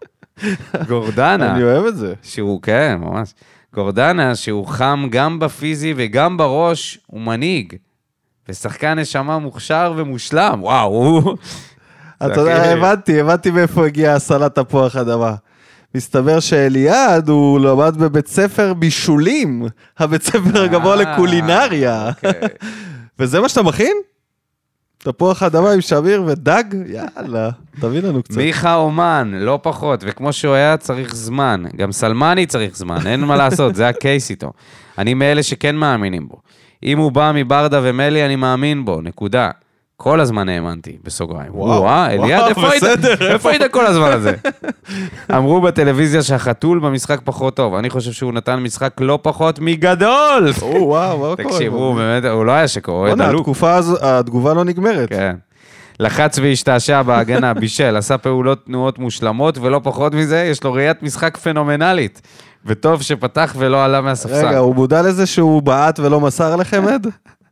גורדנה. אני אוהב את זה. שהוא, כן, ממש. גורדנה, שהוא חם גם בפיזי וגם בראש, הוא מנהיג. ושחקן נשמה מוכשר ומושלם. וואו. אתה יודע, הבנתי מאיפה הגיע הסלט תפוח אדמה. מסתבר שאליעד הוא למד בבית ספר בישולים, הבית ספר הגבוה לקולינריה. וזה מה שאתה מכין? תפוח אדמה עם שמיר ודג? יאללה, תביא לנו קצת. מיכה אומן, לא פחות, וכמו שהוא היה צריך זמן, גם סלמני צריך זמן, אין מה לעשות, זה הקייס איתו. אני מאלה שכן מאמינים בו. אם הוא בא מברדה ומלי, אני מאמין בו, נקודה. כל הזמן האמנתי, בסוגריים. וואו, אליעד, איפה היית כל הזמן הזה? אמרו בטלוויזיה שהחתול במשחק פחות טוב. אני חושב שהוא נתן משחק לא פחות מגדול. וואו, תקשיב, הוא לא היה שקור, הוא דלוק. התגובה לא נגמרת. כן. לחץ והשתעשע בהגנה, בישל, עשה פעולות תנועות מושלמות, ולא פחות מזה, יש לו ראיית משחק פנומנלית. וטוב שפתח ולא עלה מהספסל. רגע, הוא מודע לזה שהוא בעט ולא מסר לכם עד?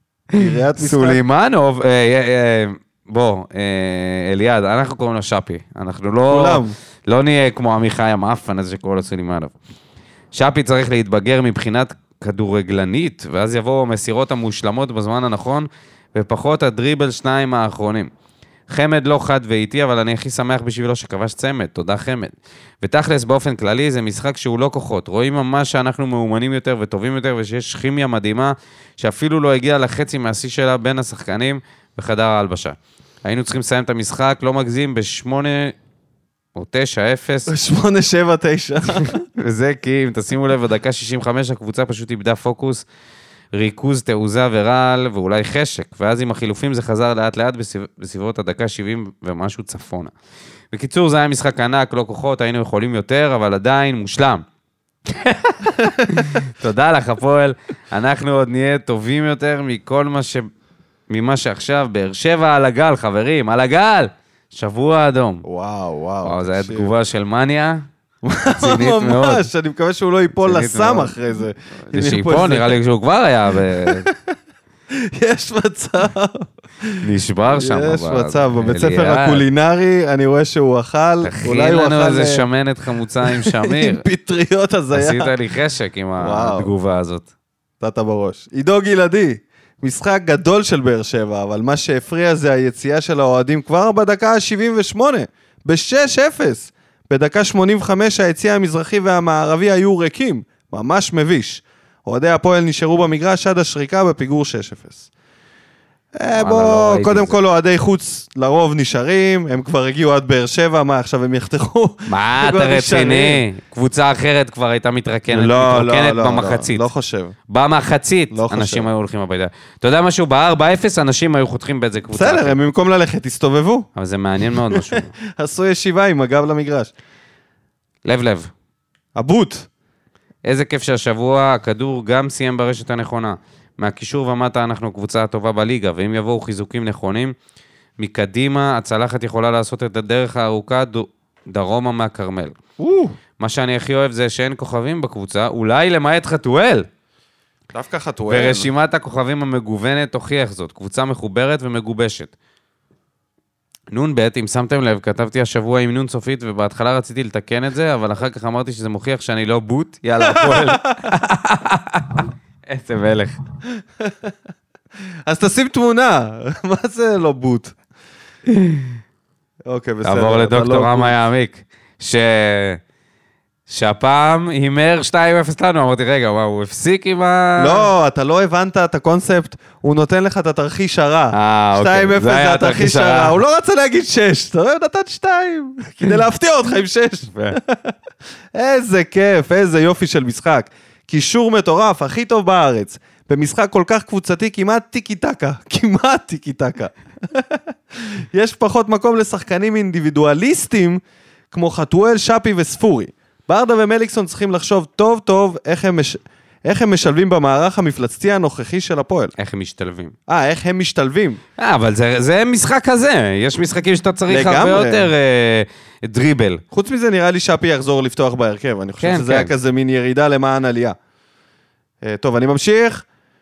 סולימנוב, בוא, אליעד, אנחנו קוראים לו שפי, אנחנו לא נהיה כמו עמיחי המאפן הזה שקורא לו סולימנוב. שפי צריך להתבגר מבחינת כדורגלנית, ואז יבואו המסירות המושלמות בזמן הנכון, ופחות הדריבל 2 האחרונים. חמד לא חד ואיטי, אבל אני הכי שמח בשבילו שכבש צמד, תודה חמד. ותכלס באופן כללי זה משחק שהוא לא כוחות, רואים ממש שאנחנו מאומנים יותר וטובים יותר, ושיש כימיה מדהימה, שאפילו לא הגיעה לחצי מהשיא שלה בין השחקנים בחדר ההלבשה. היינו צריכים לסיים את המשחק, לא מגזים, ב8 או 9-0. 8-7-9. וזה כי אם תשימו לב, בדקה 65 הקבוצה פשוט איבדה פוקוס, ריכוז, תעוזה ורעל, ואולי חשק, ואז עם החילופים זה חזר לאט לאט בסביבות הדקה 70 ומשהו צפונה. בקיצור, זה היה משחק ענק, לא כוחות, היינו יכולים יותר, אבל עדיין מושלם. תודה לך, הפועל. אנחנו עוד נהיה טובים יותר ממה שעכשיו, באר שבע על הגל, חברים, על הגל. שבוע אדום. וואו. זה היה תגובה של מניה. רצינית מאוד. ממש, אני מקווה שהוא לא ייפול לסם אחרי זה. זה שיפול, נראה לי שהוא כבר היה. יש מצב. נשבר שם. יש מצב, בבית ספר הקולינרי, אני רואה שהוא אכל. תכין לנו איזה שמנת חמוצה עם שמיר. עם פטריות הזיה. עשית לי חשק עם התגובה הזאת. נתת בראש. עידו גלעדי, משחק גדול של באר שבע, אבל מה שהפריע זה היציאה של האוהדים כבר בדקה ה-78, ב-6-0. בדקה 85 היציאה המזרחי והמערבי היו ריקים, ממש מביש. אוהדי הפועל נשארו במגרש עד השריקה בפיגור 6-0. בוא, קודם כל אוהדי חוץ לרוב נשארים, הם כבר הגיעו עד באר שבע, מה עכשיו הם יחתכו? מה אתה רציני? קבוצה אחרת כבר הייתה מתרקנת במחצית. לא חושב. במחצית אנשים היו הולכים הביתה. אתה יודע משהו, ב-4-0 אנשים היו חותכים באיזה קבוצה. בסדר, הם במקום ללכת הסתובבו. אבל זה מעניין מאוד משהו. עשו ישיבה עם הגב למגרש. לב. הבוט. איזה כיף שהשבוע הכדור גם סיים ברשת הנכונה. מהקישור ומטה אנחנו קבוצה הטובה בליגה, ואם יבואו חיזוקים נכונים, מקדימה הצלחת יכולה לעשות את הדרך הארוכה דרומה מהקרמל. מה שאני הכי אוהב זה שאין כוכבים בקבוצה, אולי למעט חתואל. דווקא חתואל. ורשימת הכוכבים המגוונת תוכיח זאת, קבוצה מחוברת ומגובשת. נון ב', אם שמתם לב, כתבתי השבוע עם נון סופית, ובהתחלה רציתי לתקן את זה, אבל אחר כך אמרתי שזה מוכיח שאני לא בוט, יאללה, הפועל. איזה מלך. אז תשים תמונה, מה זה לא בוט? אוקיי, בסדר. תעבור לדוקטור רמה יעמיק, שהפעם הימר 2-0 לנו, אמרתי, רגע, מה, הוא הפסיק עם ה... לא, אתה לא הבנת את הקונספט, הוא נותן לך את התרחיש הרע. 2-0 זה התרחיש הרע, הוא לא רצה להגיד 6, אתה רואה, נתן 2, כדי להפתיע אותך עם 6. איזה כיף, איזה יופי של משחק. קישור מטורף, הכי טוב בארץ. במשחק כל כך קבוצתי, כמעט טיקי-טקה. יש פחות מקום לשחקנים אינדיבידואליסטים, כמו חתואל, שפי וספורי. ברדה ומליקסון צריכים לחשוב טוב טוב איך הם משלבים במערך המפלצתי הנוכחי של הפועל. איך הם משתלבים. איך הם משתלבים. אבל זה משחק כזה. יש משחקים שאתה צריך הרבה יותר דריבל. חוץ מזה נראה לי שפי יחזור לפתוח בהרכב. אני חושב שזה היה כזה מין ירידה למען עלייה. טוב, אני ממשיך.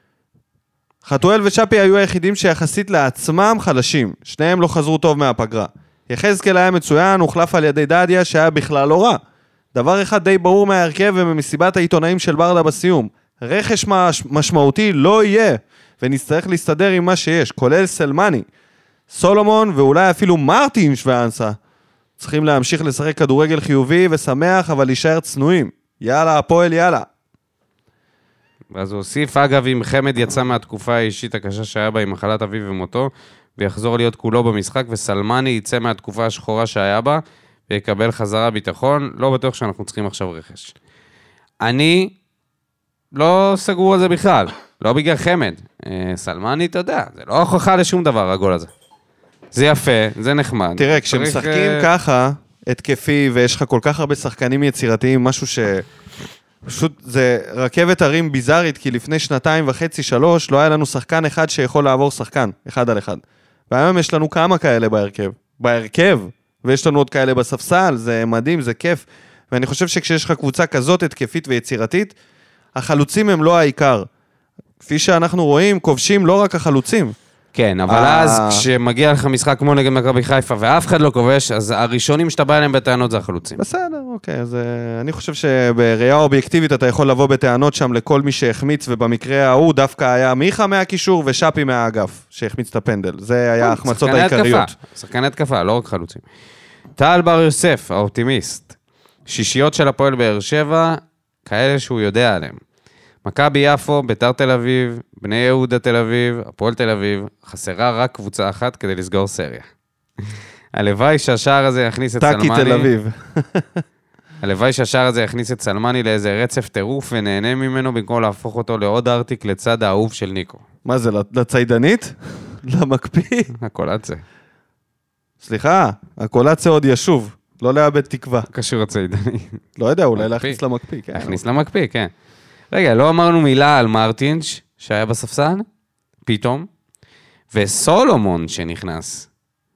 חתואל ושפי היו היחידים שיחסית לעצמם חלשים. שניהם לא חזרו טוב מהפגרה. יחזקאל היה מצוין, הוחלף על ידי דדיה שהיה בכלל לא רע. דבר אחד די ברור מההרכב וממסיבת העיתונאים של ברדה בסיום. רכש משמעותי לא יהיה, ונצטרך להסתדר עם מה שיש, כולל סלמני. סולומון ואולי אפילו מרטין שוואנסה. צריכים להמשיך לשחק כדורגל חיובי ושמח, אבל להישאר צנועים. יאללה, הפועל, יאללה. ואז הוא הוסיף, אגב, אם חמד יצא מהתקופה האישית הקשה שהיה בה עם מחלת אביו ומותו, ויחזור להיות כולו במשחק, וסלמני יצא מהתקופה השחורה שהיה בה, ויקבל חזרה ביטחון, לא בטוח שאנחנו צריכים עכשיו רכש. אני לא סגור על זה בכלל, לא בגלל חמד. סלמני, אתה יודע, זה לא הוכחה לשום דבר, הגול הזה. זה יפה, זה נחמד. תראה, כשמשחקים ככה, התקפי, ויש לך כל כך הרבה שחקנים יצירתיים, משהו פשוט זה רכבת הרים ביזארית, כי לפני 2.5-3 לא היה לנו שחקן אחד שיכול לעבור שחקן, אחד על אחד. והיום יש לנו כמה כאלה בהרכב, ויש לנו עוד כאלה בספסל, זה מדהים, זה כיף. ואני חושב שכשיש לך קבוצה כזאת התקפית ויצירתית, החלוצים הם לא העיקר. כפי שאנחנו רואים, כובשים לא רק החלוצים. כן, אבל אז כשמגיע לך משחק כמו נגד מכבי חיפה ואף אחד לא כובש, אז הראשונים שאתה בא אליהם בטענות זה החלוצים. בסדר, אוקיי, אז אני חושב שבראייה אובייקטיבית אתה יכול לבוא בטענות שם לכל מי שהחמיץ, ובמקרה ההוא דווקא היה מיכה מהקישור ושפי מהאגף, שהחמיץ את הפנדל. זה היה ההחמצות העיקריות. שחקן התקפה, לא רק חלוצים. טל בר יוסף, האופטימיסט. שישיות של הפועל באר שבע, כאלה שהוא יודע עליהם. מכבי יפו, ביתר תל אביב, בני יהודה תל אביב, הפועל תל אביב, חסרה רק קבוצה אחת כדי לסגור סריה. הלוואי שהשער הזה יכניס את סלמני. טאקי תל אביב. הלוואי שהשער הזה יכניס את סלמני לאיזה רצף טירוף ונהנה ממנו במקום להפוך אותו לעוד ארטיק לצד האהוב של ניקו. מה זה, לציידנית? למקפיא? הקולצה. סליחה, הקולצה עוד ישוב, לא לאבד תקווה. קשור הציידני. לא יודע, אולי להכניס למקפיא, כן. להכניס למקפיא, כן. רגע, לא אמרנו מילה על מרטינש, שהיה בספסל, פתאום, וסולומון שנכנס.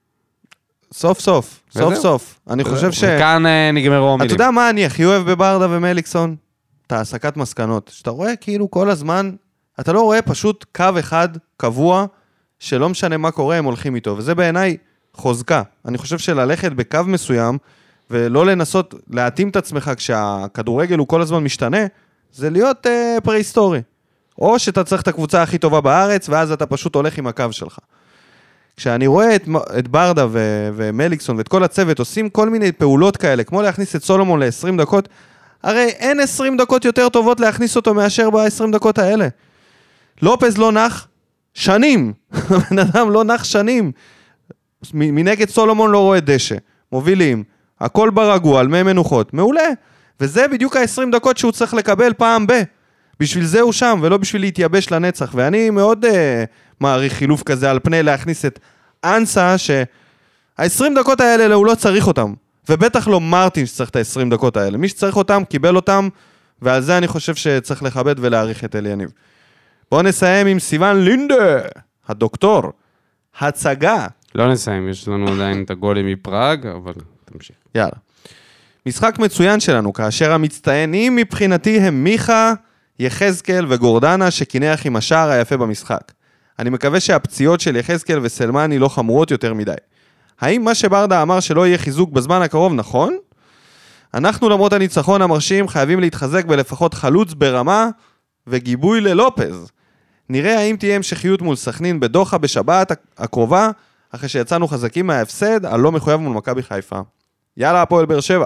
סוף. אני חושב וכאן נגמרו המילים. אתה יודע מה אני הכי אוהב בברדה ומליקסון? את העסקת מסקנות. שאתה רואה כאילו כל הזמן, אתה לא רואה פשוט קו אחד קבוע, שלא משנה מה קורה, הם הולכים איתו. וזה בעיניי חוזקה. אני חושב שללכת בקו מסוים, ולא לנסות להתאים את עצמך כשהכדורגל הוא כל הזמן משתנה, זה להיות פרה-היסטורי. או שאתה צריך את הקבוצה הכי טובה בארץ, ואז אתה פשוט הולך עם הקו שלך. כשאני רואה את ברדה ומליקסון ואת כל הצוות עושים כל מיני פעולות כאלה, כמו להכניס את סולומון ל-20 דקות, הרי אין 20 דקות יותר טובות להכניס אותו מאשר ב-20 דקות האלה. לופז לא נח שנים, הבן אדם לא נח שנים. מנגד סולומון לא רואה דשא, מובילים, הכל ברגוע, על מי מנוחות, מעולה. וזה בדיוק ה-20 דקות שהוא צריך לקבל פעם בשביל זה הוא שם, ולא בשביל להתייבש לנצח. ואני מאוד מעריך חילוף כזה על פני להכניס את אנסה, שה-20 דקות האלה הוא לא צריך אותם. ובטח לא מרטין שצריך את ה-20 דקות האלה. מי שצריך אותם, קיבל אותם, ועל זה אני חושב שצריך לכבד ולהעריך את אליניב. בואו נסיים עם סיוון לינדה, הדוקטור, הצגה. לא נסיים, יש לנו עדיין את הגולים מפראג, אבל תמשיך. יאללה. משחק מצוין שלנו, כאשר המצטיינים מבחינתי הם מיכה, יחזקאל וגורדנה שכינח עם השער היפה במשחק. אני מקווה שהפציעות של יחזקאל וסלמני לא חמורות יותר מדי. האם מה שברדה אמר שלא יהיה חיזוק בזמן הקרוב נכון? אנחנו למרות הניצחון המרשים חייבים להתחזק בלפחות חלוץ ברמה וגיבוי ללופז. נראה האם תהיה המשכיות מול סכנין בדוחה בשבת הקרובה, אחרי שיצאנו חזקים מההפסד, על לא מחויב מול מכבי חיפה. יאללה, הפועל באר שבע.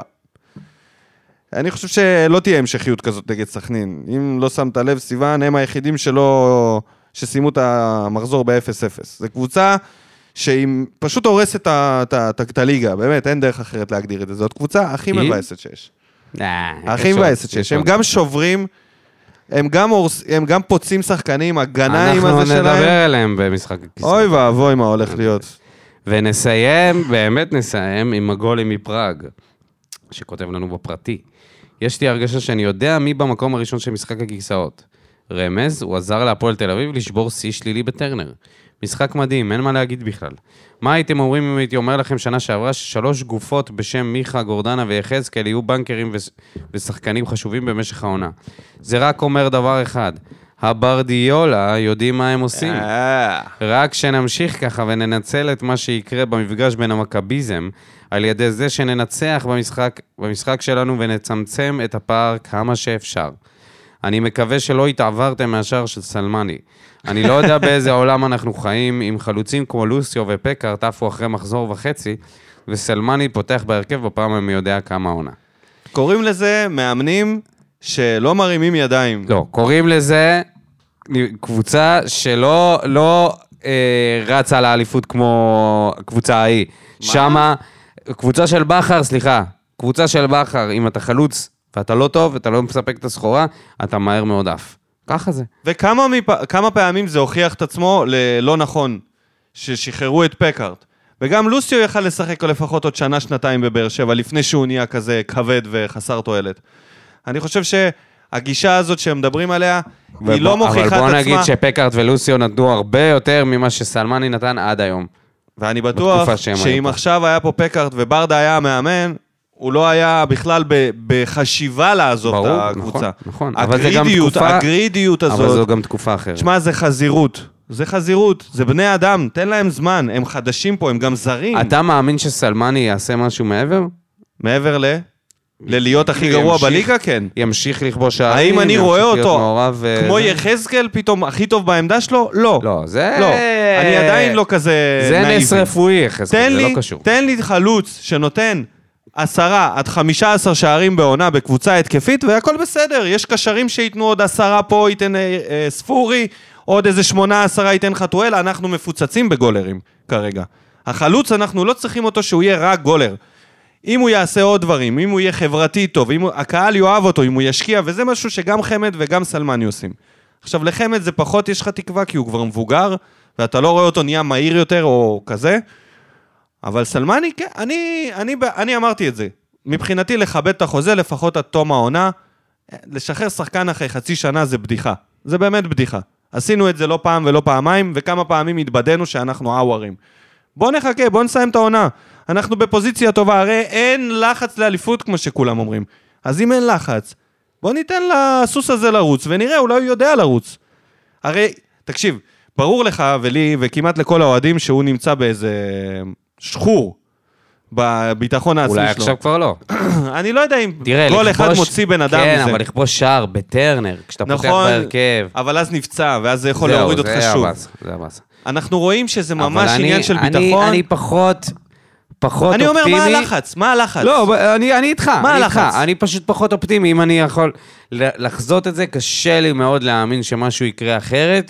אני חושב שלא תהיה המשכיות כזאת נגד סכנין. אם לא שמת לב, סיוון, הם היחידים שסיימו את המחזור ב-0-0. זו קבוצה שהיא פשוט הורסת את הליגה, באמת, אין דרך אחרת להגדיר את זה. זאת קבוצה הכי מבאסת שיש. הכי מבאסת שיש. הם גם שוברים, הם גם פוצעים שחקנים, הגנה עם הזה שלהם. אנחנו נדבר עליהם במשחק הכיסא. אוי ואבוי מה הולך להיות. ונסיים, באמת נסיים, עם הגולים מפראג, שכותב לנו בפרטי. יש לי הרגשה שאני יודע מי במקום הראשון של משחק הכיסאות. רמז, הוא עזר להפועל תל אביב לשבור שיא שלילי בטרנר. משחק מדהים, אין מה להגיד בכלל. מה הייתם אומרים אם הייתי אומר לכם שנה שעברה ש3 גופות בשם מיכה, גורדנה ויחזקאל יהיו בנקרים ושחקנים חשובים במשך העונה? זה רק אומר דבר אחד. הברדיולה יודעים מה הם עושים. רק שנמשיך ככה וננצל את מה שיקרה במפגש בין המכביזם, על ידי זה שננצח במשחק שלנו ונצמצם את הפער כמה שאפשר. אני מקווה שלא התעברתם מהשאר של סלמני. אני לא יודע באיזה עולם אנחנו חיים, עם חלוצים כמו לוסיו ופקר טפו אחרי מחזור וחצי, וסלמני פותח בהרכב בפעם המי יודע כמה עונה. קוראים לזה מאמנים שלא מרימים ידיים. לא, קוראים לזה קבוצה שלא רצה לאליפות כמו קבוצה ההיא. שמה, קבוצה של בחר, קבוצה של בחר, אם אתה חלוץ ואתה לא טוב, ואתה לא מספק את הסחורה, אתה מהר מאוד אף. ככה זה. וכמה פעמים זה הוכיח את עצמו ללא נכון, ששחררו את פקארט. וגם לוסיו יכל לשחק לפחות עוד שנה, שנתיים בבאר שבע, לפני שהוא נהיה כזה כבד וחסר תועלת. אני חושב שהגישה הזאת שהם מדברים עליה, היא לא מוכיחה את עצמה. אבל בוא נגיד שפקארט ולוסיו נתנו הרבה יותר ממה שסלמני נתן עד היום. ואני בטוח שאם עכשיו היה פה פקארט וברדה היה המאמן, הוא לא היה בכלל בחשיבה לעזוב את הקבוצה. נכון. הגרידיות הזאת. אבל זו גם תקופה אחרת. תשמע, זה חזירות. זה חזירות. זה בני אדם. תן להם זמן. הם חדשים פה, הם גם זרים. אתה מאמין שסלמני יעשה משהו מעבר? מעבר ללהיות הכי גרוע בליגה, כן. ימשיך לכבוש שערים. האם אני רואה אותו כמו יחזקאל פתאום הכי טוב בעמדה שלו? לא. לא, זה... לא. אני עדיין לא כזה נאיבי. זה נס רפואי, יחזקאל, זה לא קשור. תן לי חלוץ שנותן 10 עד 15 שערים בעונה בקבוצה התקפית, והכל בסדר. יש קשרים שיתנו עוד 10 פה, ייתן ספורי, עוד איזה 8-10 ייתן חתואל, אנחנו מפוצצים בגולרים כרגע. החלוץ, אנחנו לא צריכים אותו שהוא יהיה רק גולר. אם הוא יעשה עוד דברים, אם הוא יהיה חברתי טוב, אם הקהל יאהב אותו, אם הוא ישקיע, וזה משהו שגם חמד וגם סלמני עושים. עכשיו, לחמד זה פחות, יש לך תקווה, כי הוא כבר מבוגר, ואתה לא רואה אותו נהיה מהיר יותר או כזה, אבל סלמני, כן, אני אמרתי את זה. מבחינתי, לכבד את החוזה, לפחות עד תום העונה, לשחרר שחקן אחרי חצי שנה זה בדיחה. זה באמת בדיחה. עשינו את זה לא פעם ולא פעמיים, וכמה פעמים התבדנו שאנחנו אאוורים. בוא נחכה, בוא נסיים את העונה. אנחנו בפוזיציה טובה, הרי אין לחץ לאליפות, כמו שכולם אומרים. אז אם אין לחץ, בוא ניתן לסוס הזה לרוץ, ונראה, אולי הוא יודע לרוץ. הרי, תקשיב, ברור לך ולי, וכמעט לכל האוהדים, שהוא נמצא באיזה שחור, בביטחון העצמי שלו. אולי עכשיו כבר לא. אני לא יודע אם כל אחד מוציא בן אדם מזה. כן, אבל לכבוש שער בטרנר, כשאתה פותח בהרכב. אבל אז נפצע, ואז זה יכול להוריד אותך שוב. זה הבאס. אנחנו רואים שזה ממש עניין של ביטחון. אני פחות אופטימי. אני אומר, מה הלחץ? מה הלחץ? לא, אני איתך. מה הלחץ? אני פשוט פחות אופטימי. אם אני יכול לחזות את זה, קשה לי מאוד להאמין שמשהו יקרה אחרת,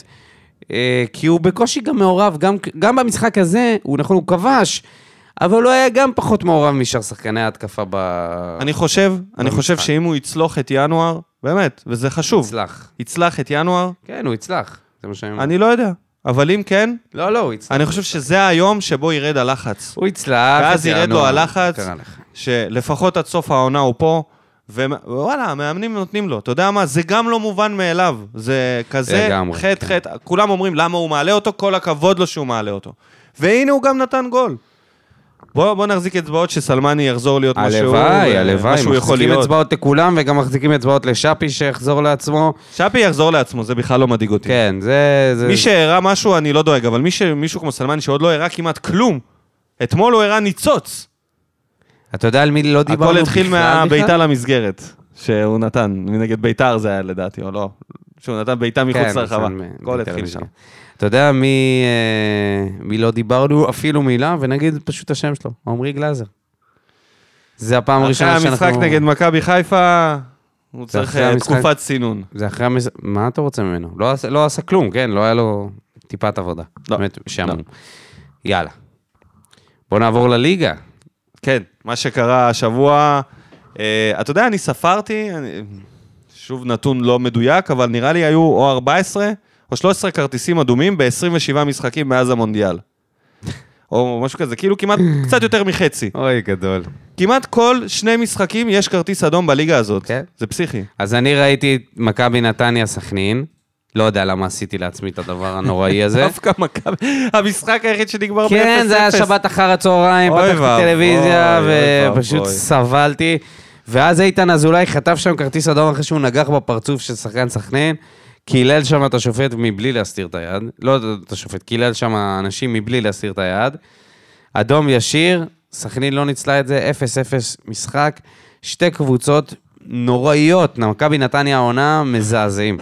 כי הוא בקושי גם מעורב, גם במשחק הזה, הוא נכון, הוא כבש, אבל הוא היה גם פחות מעורב משאר שחקני ההתקפה אני חושב שאם הוא יצלוח את ינואר, באמת, וזה חשוב. יצלח את ינואר. כן, הוא יצלח. אני לא יודע. אבל אם כן, לא, הוא יצלח. אני חושב שזה היום שבו ירד הלחץ. הוא יצלח. ואז ירד לו הלחץ, שלפחות עד סוף העונה הוא פה, ווואלה, המאמנים נותנים לו. אתה יודע מה? זה גם לא מובן מאליו. זה כזה חטא. כולם אומרים למה הוא מעלה אותו, כל הכבוד לו שהוא מעלה אותו. והנה הוא גם נתן גול. בוא נחזיק אצבעות שסלמני יחזור להיות משהו יכול להיות. מחזיקים אצבעות לכולם וגם מחזיקים אצבעות לשאפי שיחזור לעצמו. שאפי יחזור לעצמו, זה בכלל לא מדאיג אותי. כן, זה... מי שהראה משהו אני לא דואג, אבל מישהו כמו סלמני שעוד לא הראה כמעט כלום, אתמול הוא הראה ניצוץ. אתה יודע על מי לא דיברנו הכל התחיל מהביתה למסגרת, שהוא נתן, מנגד ביתר זה היה לדעתי, או לא, שהוא נתן ביתה מחוץ לרחבה. הכל התחיל שם. אתה יודע מי לא דיברנו אפילו מילה, ונגיד פשוט השם שלו, עומרי גלאזר. זה הפעם הראשונה שאנחנו... אחרי המשחק נגד מכבי חיפה, הוא צריך תקופת סינון. זה אחרי המשחק... מה אתה רוצה ממנו? לא עשה כלום, כן? לא היה לו טיפת עבודה. באמת, שעמום. יאללה. בוא נעבור לליגה. כן, מה שקרה השבוע... אתה יודע, אני ספרתי, שוב נתון לא מדויק, אבל נראה לי היו או 14... או 13 כרטיסים אדומים ב-27 משחקים מאז המונדיאל. או משהו כזה, כאילו כמעט קצת יותר מחצי. אוי, גדול. כמעט כל 2 משחקים יש כרטיס אדום בליגה הזאת. זה פסיכי. אז אני ראיתי מכבי נתניה סכנין, לא יודע למה עשיתי לעצמי את הדבר הנוראי הזה. דווקא מכבי, המשחק היחיד שנגמר ב-0-0. כן, זה היה שבת אחר הצהריים, פתחתי טלוויזיה ופשוט סבלתי. ואז איתן אזולאי חטף שם כרטיס אדום אחרי שהוא נגח בפרצוף של שחקן סכנין. קילל שם את השופט מבלי להסתיר את היד, לא את השופט, קילל שם אנשים מבלי להסתיר את היד, אדום ישיר, סכנין לא ניצלה את זה, 0-0 משחק, 2 קבוצות נוראיות, מכבי נתניה העונה מזעזעים.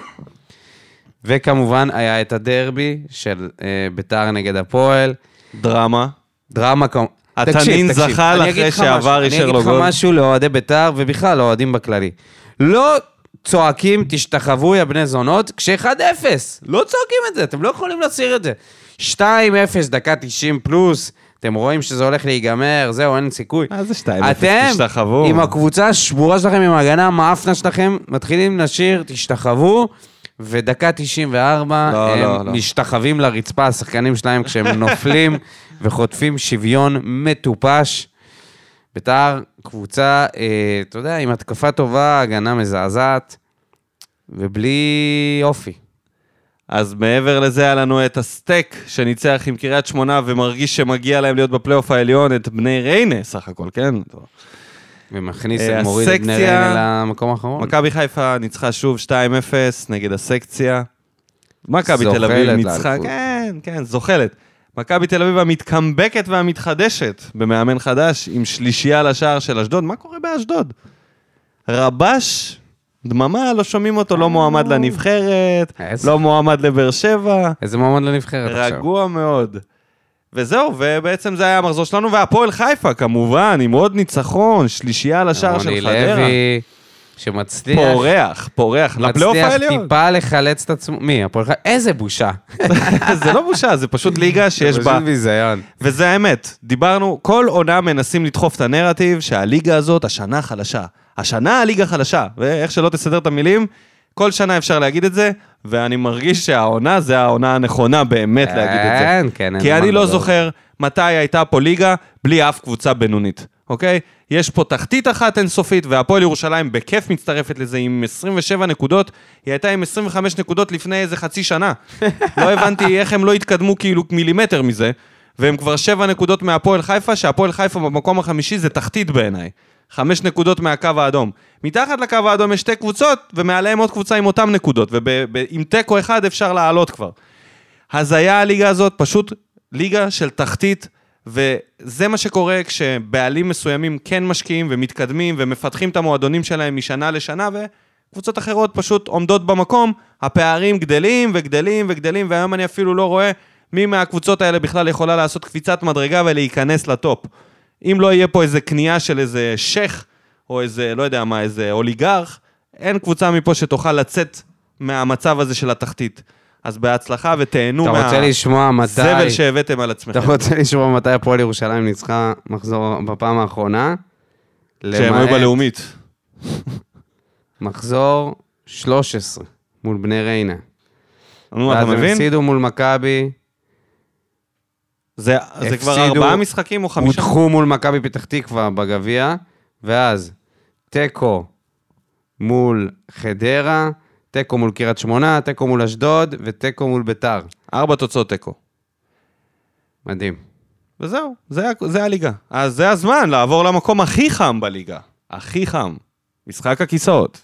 וכמובן היה את הדרבי של ביתר נגד הפועל. דרמה. התנין זחל אחרי שעבר אישר לו גול. אני אגיד לך משהו לאוהדי ביתר ובכלל לאוהדים בכללי. לא... צועקים, תשתחוו יא בני זונות, כש-1-0, לא צועקים את זה, אתם לא יכולים להסיר את זה. 2-0, דקה 90 פלוס, אתם רואים שזה הולך להיגמר, זהו, אין סיכוי. זה 2-0, תשתחוו. אתם, עם הקבוצה השבורה שלכם, עם ההגנה, המאפנה שלכם, מתחילים לשיר, תשתחוו, ודקה 94, הם משתחווים לרצפה, השחקנים שלהם, כשהם נופלים וחוטפים שוויון מטופש. ביתר קבוצה, אתה יודע, עם התקפה טובה, הגנה מזעזעת, ובלי אופי. אז מעבר לזה היה לנו את הסטייק שניצח עם קריית שמונה, ומרגיש שמגיע להם להיות בפלייאוף העליון, את בני ריינה, סך הכל, כן? ומכניס, מוריד את בני ריינה למקום האחרון. מכבי חיפה ניצחה שוב 2-0 נגד הסקציה. מכבי תל אביב ניצחה, כן, זוחלת. מכבי תל אביב המתקמבקת והמתחדשת במאמן חדש עם שלישייה לשער של אשדוד. מה קורה באשדוד? רבש, דממה, לא שומעים אותו, לא מועמד לנבחרת, לא מועמד לבאר שבע. איזה מועמד לנבחרת עכשיו? רגוע מאוד. וזהו, ובעצם זה היה המחזור שלנו, והפועל חיפה כמובן, עם עוד ניצחון, שלישייה לשער של חדרה. שמצליח... פורח, לפלייאוף העליון. מצליח טיפה לחלץ את עצמו... מי? הפועל חיפה? איזה בושה. זה לא בושה, זה פשוט ליגה שיש בה... זה פשוט ביזיון. וזה האמת, דיברנו, כל עונה מנסים לדחוף את הנרטיב שהליגה הזאת, השנה חלשה. השנה הליגה חלשה, ואיך שלא תסדר את המילים, כל שנה אפשר להגיד את זה, ואני מרגיש שהעונה זה העונה הנכונה באמת להגיד את זה. כן, כי אני לא זוכר מתי הייתה פה ליגה בלי אף קבוצה בינונית, אוקיי? יש פה תחתית אחת אינסופית, והפועל ירושלים בכיף מצטרפת לזה עם 27 נקודות, היא הייתה עם 25 נקודות לפני איזה חצי שנה. לא הבנתי איך הם לא התקדמו כאילו מילימטר מזה, והם כבר 7 נקודות מהפועל חיפה, שהפועל חיפה במקום החמישי זה תחתית בעיניי. 5 נקודות מהקו האדום. מתחת לקו האדום יש 2 קבוצות, ומעליהם עוד קבוצה עם אותם נקודות, ועם טקו אחד אפשר לעלות כבר. אז היה הליגה הזאת פשוט ליגה של תחתית, וזה מה שקורה כשבעלים מסוימים כן משקיעים ומתקדמים, ומפתחים את המועדונים שלהם משנה לשנה, וקבוצות אחרות פשוט עומדות במקום, הפערים גדלים וגדלים וגדלים, והיום אני אפילו לא רואה מי מהקבוצות האלה בכלל יכולה לעשות קפיצת מדרגה ולהיכנס לטופ. אם לא יהיה פה איזה קנייה של איזה שייך, או איזה, לא יודע מה, איזה אוליגרך, אין קבוצה מפה שתוכל לצאת מהמצב הזה של התחתית. אז בהצלחה ותהנו מהזבל שהבאתם על עצמכם. אתה רוצה לשמוע מתי הפועל ירושלים ניצחה מחזור בפעם האחרונה? שהם היו בלאומית. מחזור 13, מול בני ריינה. נו, אתה מבין? ואז הפסידו מול מכבי. זה כבר 4 משחקים או 5? הודחו מול מכבי פתח תקווה בגביע, ואז טקו מול חדרה, טקו מול קריית שמונה, טקו מול אשדוד, וטקו מול ביתר. 4 תוצאות טקו. מדהים. וזהו, זה הליגה. אז זה הזמן לעבור למקום הכי חם בליגה. הכי חם. משחק הכיסאות.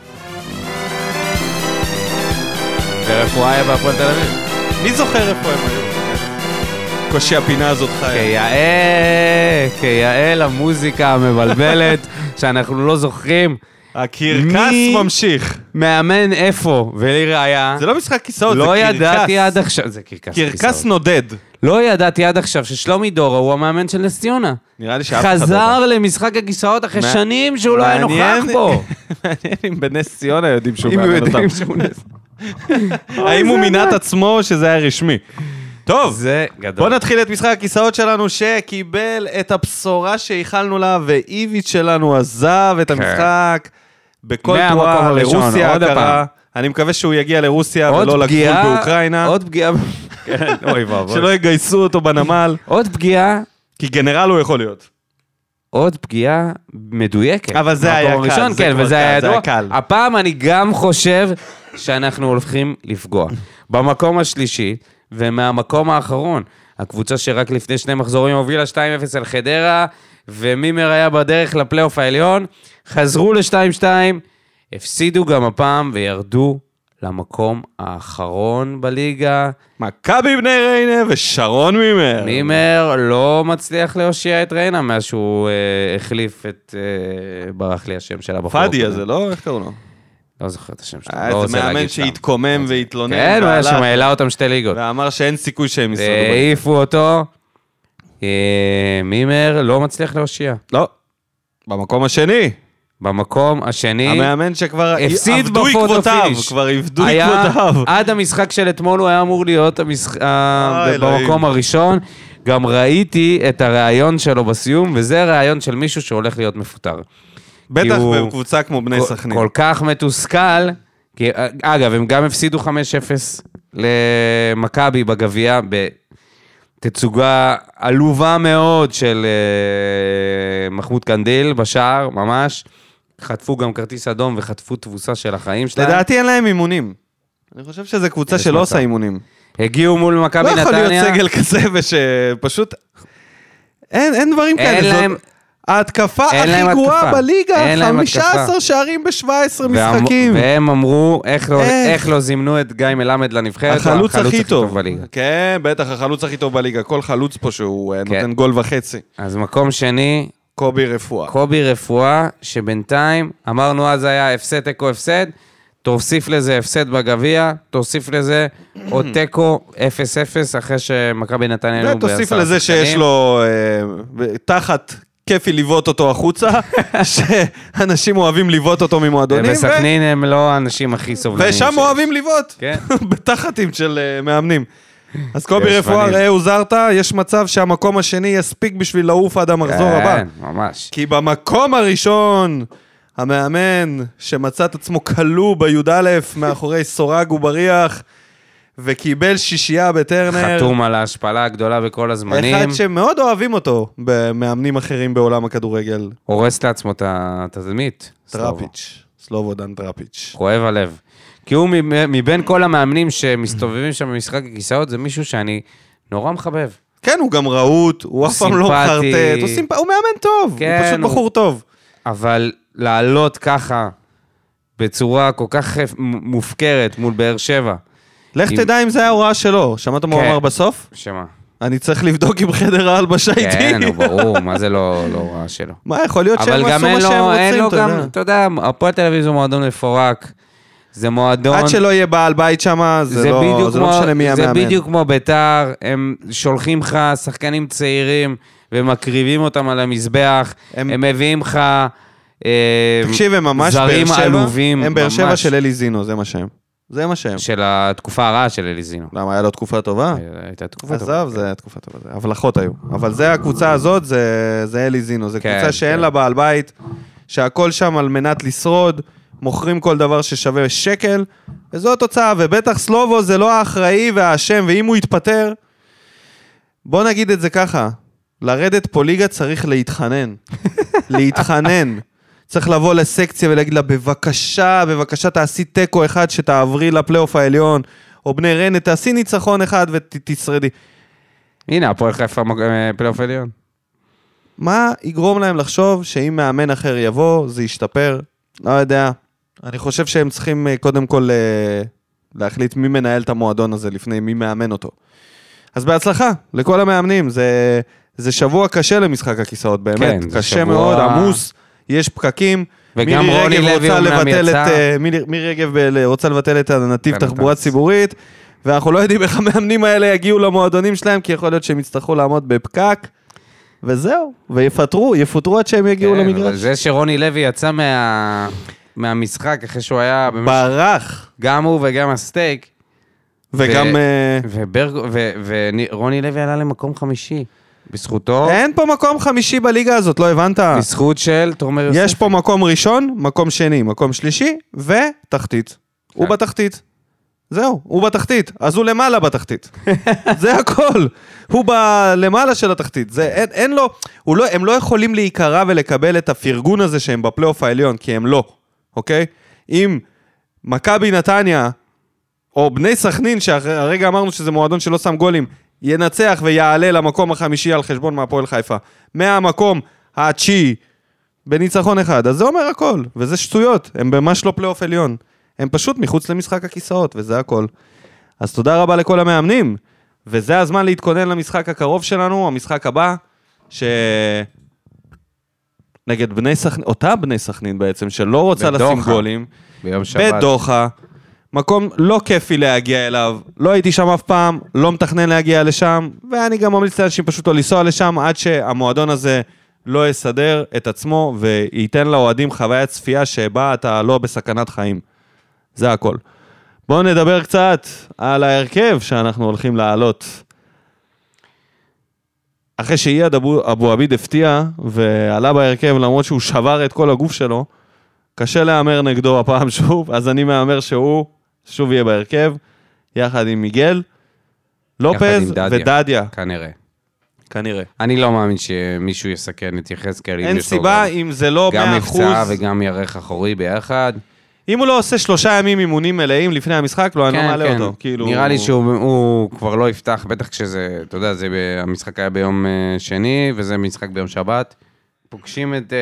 ורפואה היה בהפועל תל אביב. מי זוכר איפה הם היו? קושי הפינה הזאת חיה. כיאה למוזיקה המבלבלת, שאנחנו לא זוכרים. הקרקס ממשיך. מאמן איפה, ולראיה. זה לא משחק כיסאות, לא זה קרקס. לא ידעתי עד עכשיו, זה קרקס כיסאות. קרקס נודד. לא ידעתי עד עכשיו ששלומי דורה הוא המאמן של נס ציונה. נראה לי שאף אחד חזר למשחק הכיסאות אחרי שנים שהוא לא היה נוכח בו. מעניין אם בנס ציונה יודעים שהוא מאמן אותם. האם הוא מינה את עצמו שזה היה רשמי. טוב, זה גדול. בוא נתחיל את משחק הכיסאות שלנו שקיבל את הבשורה שהיכלנו לה, ואיביץ' שלנו עזב את המשחק בכל תרועה לרוסיה הקרה. אני מקווה שהוא יגיע לרוסיה ולא לגבול באוקראינה. עוד פגיעה. שלא יגייסו אותו בנמל. עוד פגיעה. כי גנרל הוא יכול להיות. עוד פגיעה מדויקת. אבל זה היה קל. כן, וזה היה ידוע. הפעם אני גם חושב שאנחנו הולכים לפגוע. במקום השלישי, ומהמקום האחרון, הקבוצה שרק לפני 2 מחזורים הובילה 2-0 על חדרה, ומימר היה בדרך לפלייאוף העליון, חזרו ל-2-2, הפסידו גם הפעם וירדו למקום האחרון בליגה. מכבי בני ריינה ושרון מימר. מימר לא מצליח להושיע את ריינה, מאז שהוא החליף את, ברח לי השם שלה בחור. פאדי הזה, לא? איך קראו לו? לא זוכר את השם שלו. זה מאמן שהתקומם והתלונן. כן, הוא היה שם, העלה אותם 2 ליגות. ואמר שאין סיכוי שהם ישרדו. העיפו אותו. מימר לא מצליח להושיע. לא. במקום השני. במקום השני. המאמן שכבר הפסיד עבדו עקבותיו. כבר עבדו עקבותיו. עד המשחק של אתמול הוא היה אמור להיות במקום הראשון. גם ראיתי את הרעיון שלו בסיום, וזה רעיון של מישהו שהולך להיות מפוטר. בטח בקבוצה כמו בני סכנין. כל כך מתוסכל, כי, אגב, הם גם הפסידו 5-0 למכבי בגביע, בתצוגה עלובה מאוד של מחמוד קנדיל בשער, ממש. חטפו גם כרטיס אדום וחטפו תבוסה של החיים שלהם. לדעתי אין להם אימונים. אני חושב שזו קבוצה שלא עושה אימונים. הגיעו מול מכבי נתניה. לא יכול להיות סגל כזה ושפשוט... אין דברים כאלה. ההתקפה הכי גרועה בליגה, 15 שערים ב-17 משחקים. והם אמרו, איך לא זימנו את גיא מלמד לנבחרת, החלוץ הכי טוב בליגה. כן, בטח, החלוץ הכי טוב בליגה. כל חלוץ פה שהוא נותן גול וחצי. אז מקום שני, קובי רפואה. קובי רפואה, שבינתיים, אמרנו אז היה הפסד, תיקו הפסד, תוסיף לזה הפסד בגביע, תוסיף לזה עוד תיקו 0-0, אחרי שמכבי נתניה... תוסיף לזה שיש לו תחת... כיפי לבעוט אותו החוצה, שאנשים אוהבים לבעוט אותו ממועדונים. בסכנין הם לא האנשים הכי סובלנים. ושם אוהבים לבעוט, בתחתים של מאמנים. אז קובי רפואה, ראה הוזרת, יש מצב שהמקום השני יספיק בשביל לעוף עד המחזור הבא. כן, ממש. כי במקום הראשון, המאמן שמצא את עצמו כלוא בי"א מאחורי סורג ובריח, וקיבל שישייה בטרנר. חתום על ההשפלה הגדולה בכל הזמנים. אחד שמאוד אוהבים אותו במאמנים אחרים בעולם הכדורגל. הורס לעצמו את התדמית. טראפיץ', סלובודן טראפיץ'. כואב הלב. כי הוא מבין כל המאמנים שמסתובבים שם במשחק הכיסאות, זה מישהו שאני נורא מחבב. כן, הוא גם רהוט, הוא אף פעם לא מחרטט, הוא מאמן טוב, הוא פשוט בחור טוב. אבל לעלות ככה, בצורה כל כך מופקרת מול באר שבע. לך תדע אם זה היה הוראה שלו, שמעת מה הוא אמר בסוף? שמה? אני צריך לבדוק עם חדר ההלבשה איתי. כן, הוא ברור, מה זה לא הוראה שלו. מה, יכול להיות שהם עשו מה שהם רוצים, אתה יודע, הפועל תל אביב זה מועדון מפורק, זה מועדון... עד שלא יהיה בעל בית שם, זה לא משנה מי המאמן. זה בדיוק כמו ביתר, הם שולחים לך שחקנים צעירים, ומקריבים אותם על המזבח, הם מביאים לך תקשיב, הם ממש זרים עלובים. הם באר שבע של אלי זינו, זה מה שהם. זה מה שהם. של התקופה הרעה של אלי זינו. למה, היה לו תקופה טובה? הייתה תקופה טובה. עזב, זה היה תקופה טובה. הבלחות היו. אבל זה הקבוצה הזאת, זה אלי זינו. זה קבוצה שאין לה בעל בית, שהכל שם על מנת לשרוד, מוכרים כל דבר ששווה שקל, וזו התוצאה. ובטח סלובו זה לא האחראי והאשם, ואם הוא יתפטר, בוא נגיד את זה ככה, לרדת פה ליגה צריך להתחנן. להתחנן. צריך לבוא לסקציה ולהגיד לה, בבקשה תעשי טקו אחד שתעברי לפלייאוף העליון, או בני ריינה, תעשי ניצחון אחד ותשרדי. הנה, הפועל חיפה פלייאוף עליון. מה יגרום להם לחשוב שאם מאמן אחר יבוא, זה ישתפר? לא יודע. אני חושב שהם צריכים קודם כל להחליט מי מנהל את המועדון הזה לפני מי מאמן אותו. אז בהצלחה לכל המאמנים. זה שבוע קשה למשחק הכיסאות, באמת. כן, קשה מאוד, עמוס. יש פקקים, וגם רוני לוי אומנם יצא. מירי רגב רוצה לבטל את הנתיב תחבורה ציבורית, ואנחנו לא יודעים איך המאמנים האלה יגיעו למועדונים שלהם, כי יכול להיות שהם יצטרכו לעמוד בפקק, וזהו, יפוטרו עד שהם יגיעו למגרש. זה שרוני לוי יצא מהמשחק, אחרי שהוא היה... ברח. גם הוא וגם הסטייק. וגם... ורוני לוי עלה למקום חמישי. בזכותו... אין פה מקום חמישי בליגה הזאת, לא הבנת? בזכות של תומר יוסף. יש פה מקום ראשון, מקום שני, מקום שלישי, ותחתית. הוא בתחתית. זהו, הוא בתחתית. אז הוא למעלה בתחתית. זה הכל. הוא למעלה של התחתית. אין לו... הם לא יכולים להיקרא ולקבל את הפרגון הזה שהם בפלייאוף העליון, כי הם לא. אוקיי? אם מכבי נתניה, או בני סכנין, שהרגע אמרנו שזה מועדון שלא שם גולים, ינצח ויעלה למקום החמישי על חשבון מהפועל חיפה. מהמקום התשיעי בניצחון אחד. אז זה אומר הכל, וזה שטויות. הם ממש לא פלייאוף עליון. הם פשוט מחוץ למשחק הכיסאות, וזה הכל. אז תודה רבה לכל המאמנים, וזה הזמן להתכונן למשחק הקרוב שלנו, המשחק הבא, נגד בני סכנין, אותה בני סכנין בעצם, שלא רוצה לשים גולים. ביום שבת. בדוחה. מקום לא כיפי להגיע אליו, לא הייתי שם אף פעם, לא מתכנן להגיע לשם, ואני גם ממליץ לאנשים פשוט לא לנסוע לשם, עד שהמועדון הזה לא יסדר את עצמו, וייתן לאוהדים חוויית צפייה שבה אתה לא בסכנת חיים. זה הכל. בואו נדבר קצת על ההרכב שאנחנו הולכים לעלות. אחרי שאייד אבו עביד הפתיע, ועלה בהרכב למרות שהוא שבר את כל הגוף שלו, קשה להאמר נגדו הפעם שוב, אז אני מאמר שהוא שוב יהיה בהרכב, יחד עם מיגל, לופז ודדיה. כנראה. אני לא מאמין שמישהו יסכן את יחזקאל. אין סיבה אם זה לא 100%. גם מבצע וגם ירך אחורי ביחד. אם הוא לא עושה 3 ימים אימונים מלאים לפני המשחק, לא, אני לא מעלה אותו. נראה לי שהוא כבר לא יפתח, בטח כשזה, אתה יודע, המשחק היה ביום שני, וזה משחק ביום שבת. פוגשים את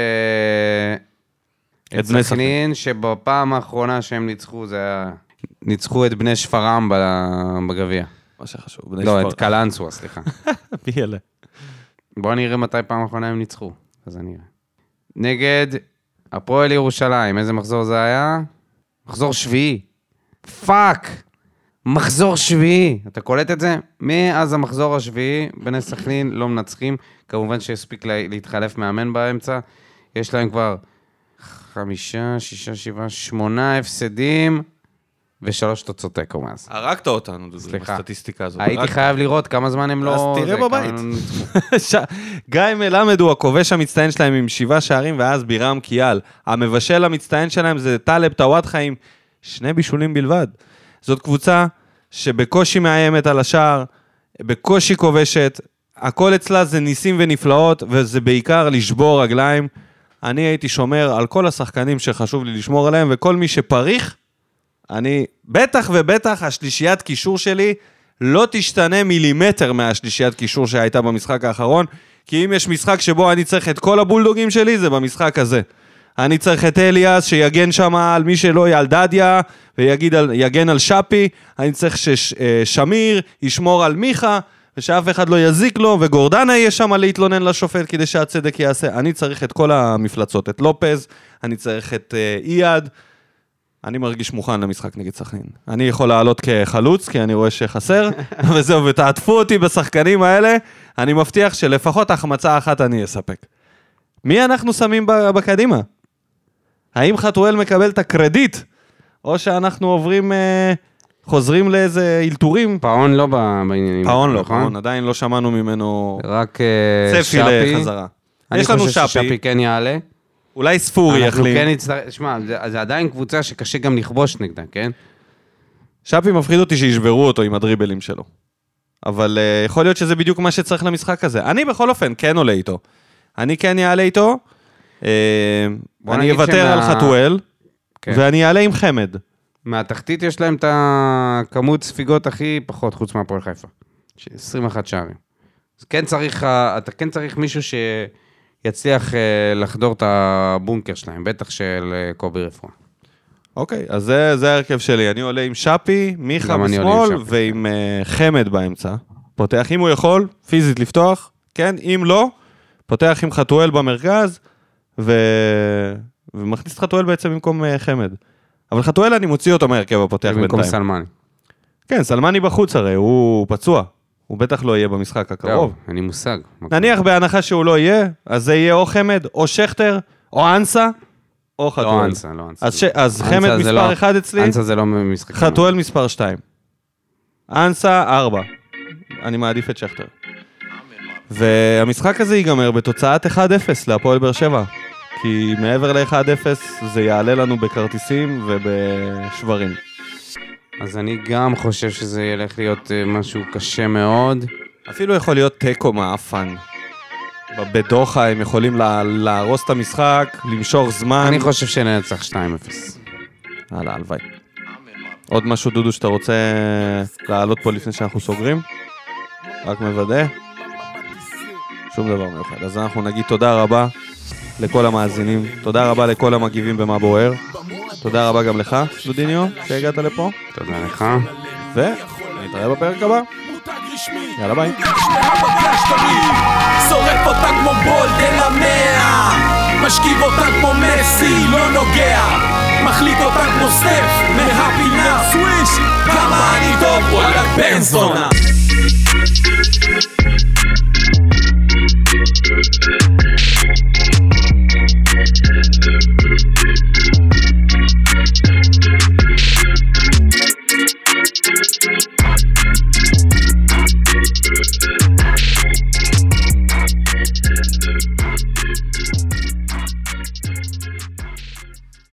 סכנין, שבפעם האחרונה שהם ניצחו, זה היה... ניצחו את בני שפרעם בגביע. מה שחשוב, בני שפרעם. לא, את קלנסווה, סליחה. מי אלה? בואו נראה מתי פעם האחרונה הם ניצחו. אז אני אראה. נגד הפועל ירושלים, איזה מחזור זה היה? מחזור שביעי. פאק! מחזור שביעי, אתה קולט את זה? מאז המחזור השביעי, בני סכנין לא מנצחים, כמובן שהספיק להתחלף מאמן באמצע, יש להם כבר 5, 6, 7, 8 הפסדים, ו3 תוצאות תיקו מאז. הרגת אותנו, דודו, בסטטיסטיקה הזאת. הייתי חייב לראות כמה זמן הם לא... אז תראה בבית. גיא מלמד הוא הכובש המצטיין שלהם עם 7 שערים, ואז בירם קיאל. המבשל המצטיין שלהם זה טלב טוואטחה עם 2 בישולים בלבד. זאת קבוצה שבקושי מאיימת על השער, בקושי כובשת, הכל אצלה זה ניסים ונפלאות, וזה בעיקר לשבור רגליים. אני הייתי שומר על כל השחקנים שחשוב לי לשמור עליהם, וכל מי שפריך, אני, בטח ובטח, השלישיית קישור שלי לא תשתנה מילימטר מהשלישיית קישור שהייתה במשחק האחרון, כי אם יש משחק שבו אני צריך את כל הבולדוגים שלי, זה במשחק הזה. אני צריך את אליאס שיגן שם על מי שלא, על דדיה, ויגן על שפי, אני צריך ששמיר ישמור על מיכה, ושאף אחד לא יזיק לו, וגורדנה יהיה שם להתלונן לשופט כדי שהצדק יעשה. אני צריך את כל המפלצות, את לופז, אני צריך את אייד, אני מרגיש מוכן למשחק נגד סכנין. אני יכול לעלות כחלוץ, כי אני רואה שחסר, וזהו, ותעטפו אותי בשחקנים האלה, אני מבטיח שלפחות החמצה אחת אני אספק. מי אנחנו שמים בקדימה? האם חתואל מקבל את הקרדיט, או שאנחנו עוברים, חוזרים לאיזה אילתורים? פאון לא בעניינים. פאון לא, פאון, עדיין לא שמענו ממנו רק צפי לחזרה. יש לנו שפי. אני חושב ששפי כן יעלה. אולי ספורי יחלים. אנחנו כן נצטרך, שמע, זה עדיין קבוצה שקשה גם לכבוש נגדה, כן? שפי מפחיד אותי שישברו אותו עם הדריבלים שלו. אבל יכול להיות שזה בדיוק מה שצריך למשחק הזה. אני בכל אופן כן עולה איתו. אני כן יעלה איתו. אני אוותר על חתואל, ואני אעלה עם חמד. מהתחתית יש להם את הכמות ספיגות הכי פחות, חוץ מהפועל חיפה. 21 שערים. אז אתה כן צריך מישהו שיצליח לחדור את הבונקר שלהם, בטח של קובי רפואה. אוקיי, אז זה הרכב שלי. אני עולה עם שפי, מיכה בשמאל, ועם חמד באמצע. פותח אם הוא יכול, פיזית לפתוח, כן? אם לא, פותח עם חתואל במרכז, ומכניס חתואל בעצם במקום חמד. אבל חתואל אני מוציא אותו מהרכב הפותח בינתיים. במקום סלמני. כן, סלמני בחוץ הרי, הוא פצוע. הוא בטח לא יהיה במשחק הקרוב. אין לי מושג. נניח בהנחה שהוא לא יהיה, אז זה יהיה או חמד, או שכטר, או אנסה, או חתואל. לא אנסה, לא אנסה. אז חמד מספר 1 אצלי, אנסה זה לא משחק. חתואל מספר 2. אנסה 4. אני מעדיף את שכטר. והמשחק הזה ייגמר בתוצאת 1-0 להפועל באר שבע. כי מעבר ל-1-0 זה יעלה לנו בכרטיסים ובשברים. אז אני גם חושב שזה ילך להיות משהו קשה מאוד. אפילו יכול להיות טקו מאפן. בדוחה הם יכולים להרוס את המשחק, למשוך זמן. אני חושב שנצח 2-0. הלאה, הלוואי. עוד משהו דודו שאתה רוצה לעלות פה לפני שאנחנו סוגרים? רק מוודא. שום דבר מיוחד. אז אנחנו נגיד תודה רבה לכל המאזינים. תודה רבה לכל המגיבים במה בוער. תודה רבה גם לך, דודיניו, שהגעת לפה. תודה לך. ונתראה בפרק הבא. יאללה ביי. שורף אותה כמו בולדן המאה, משכיב אותה כמו מסי, לא נוגע, מחליט אותה כמו סטף, מהפינה סוויש, כמה אני טוב, וואלה בן זונה.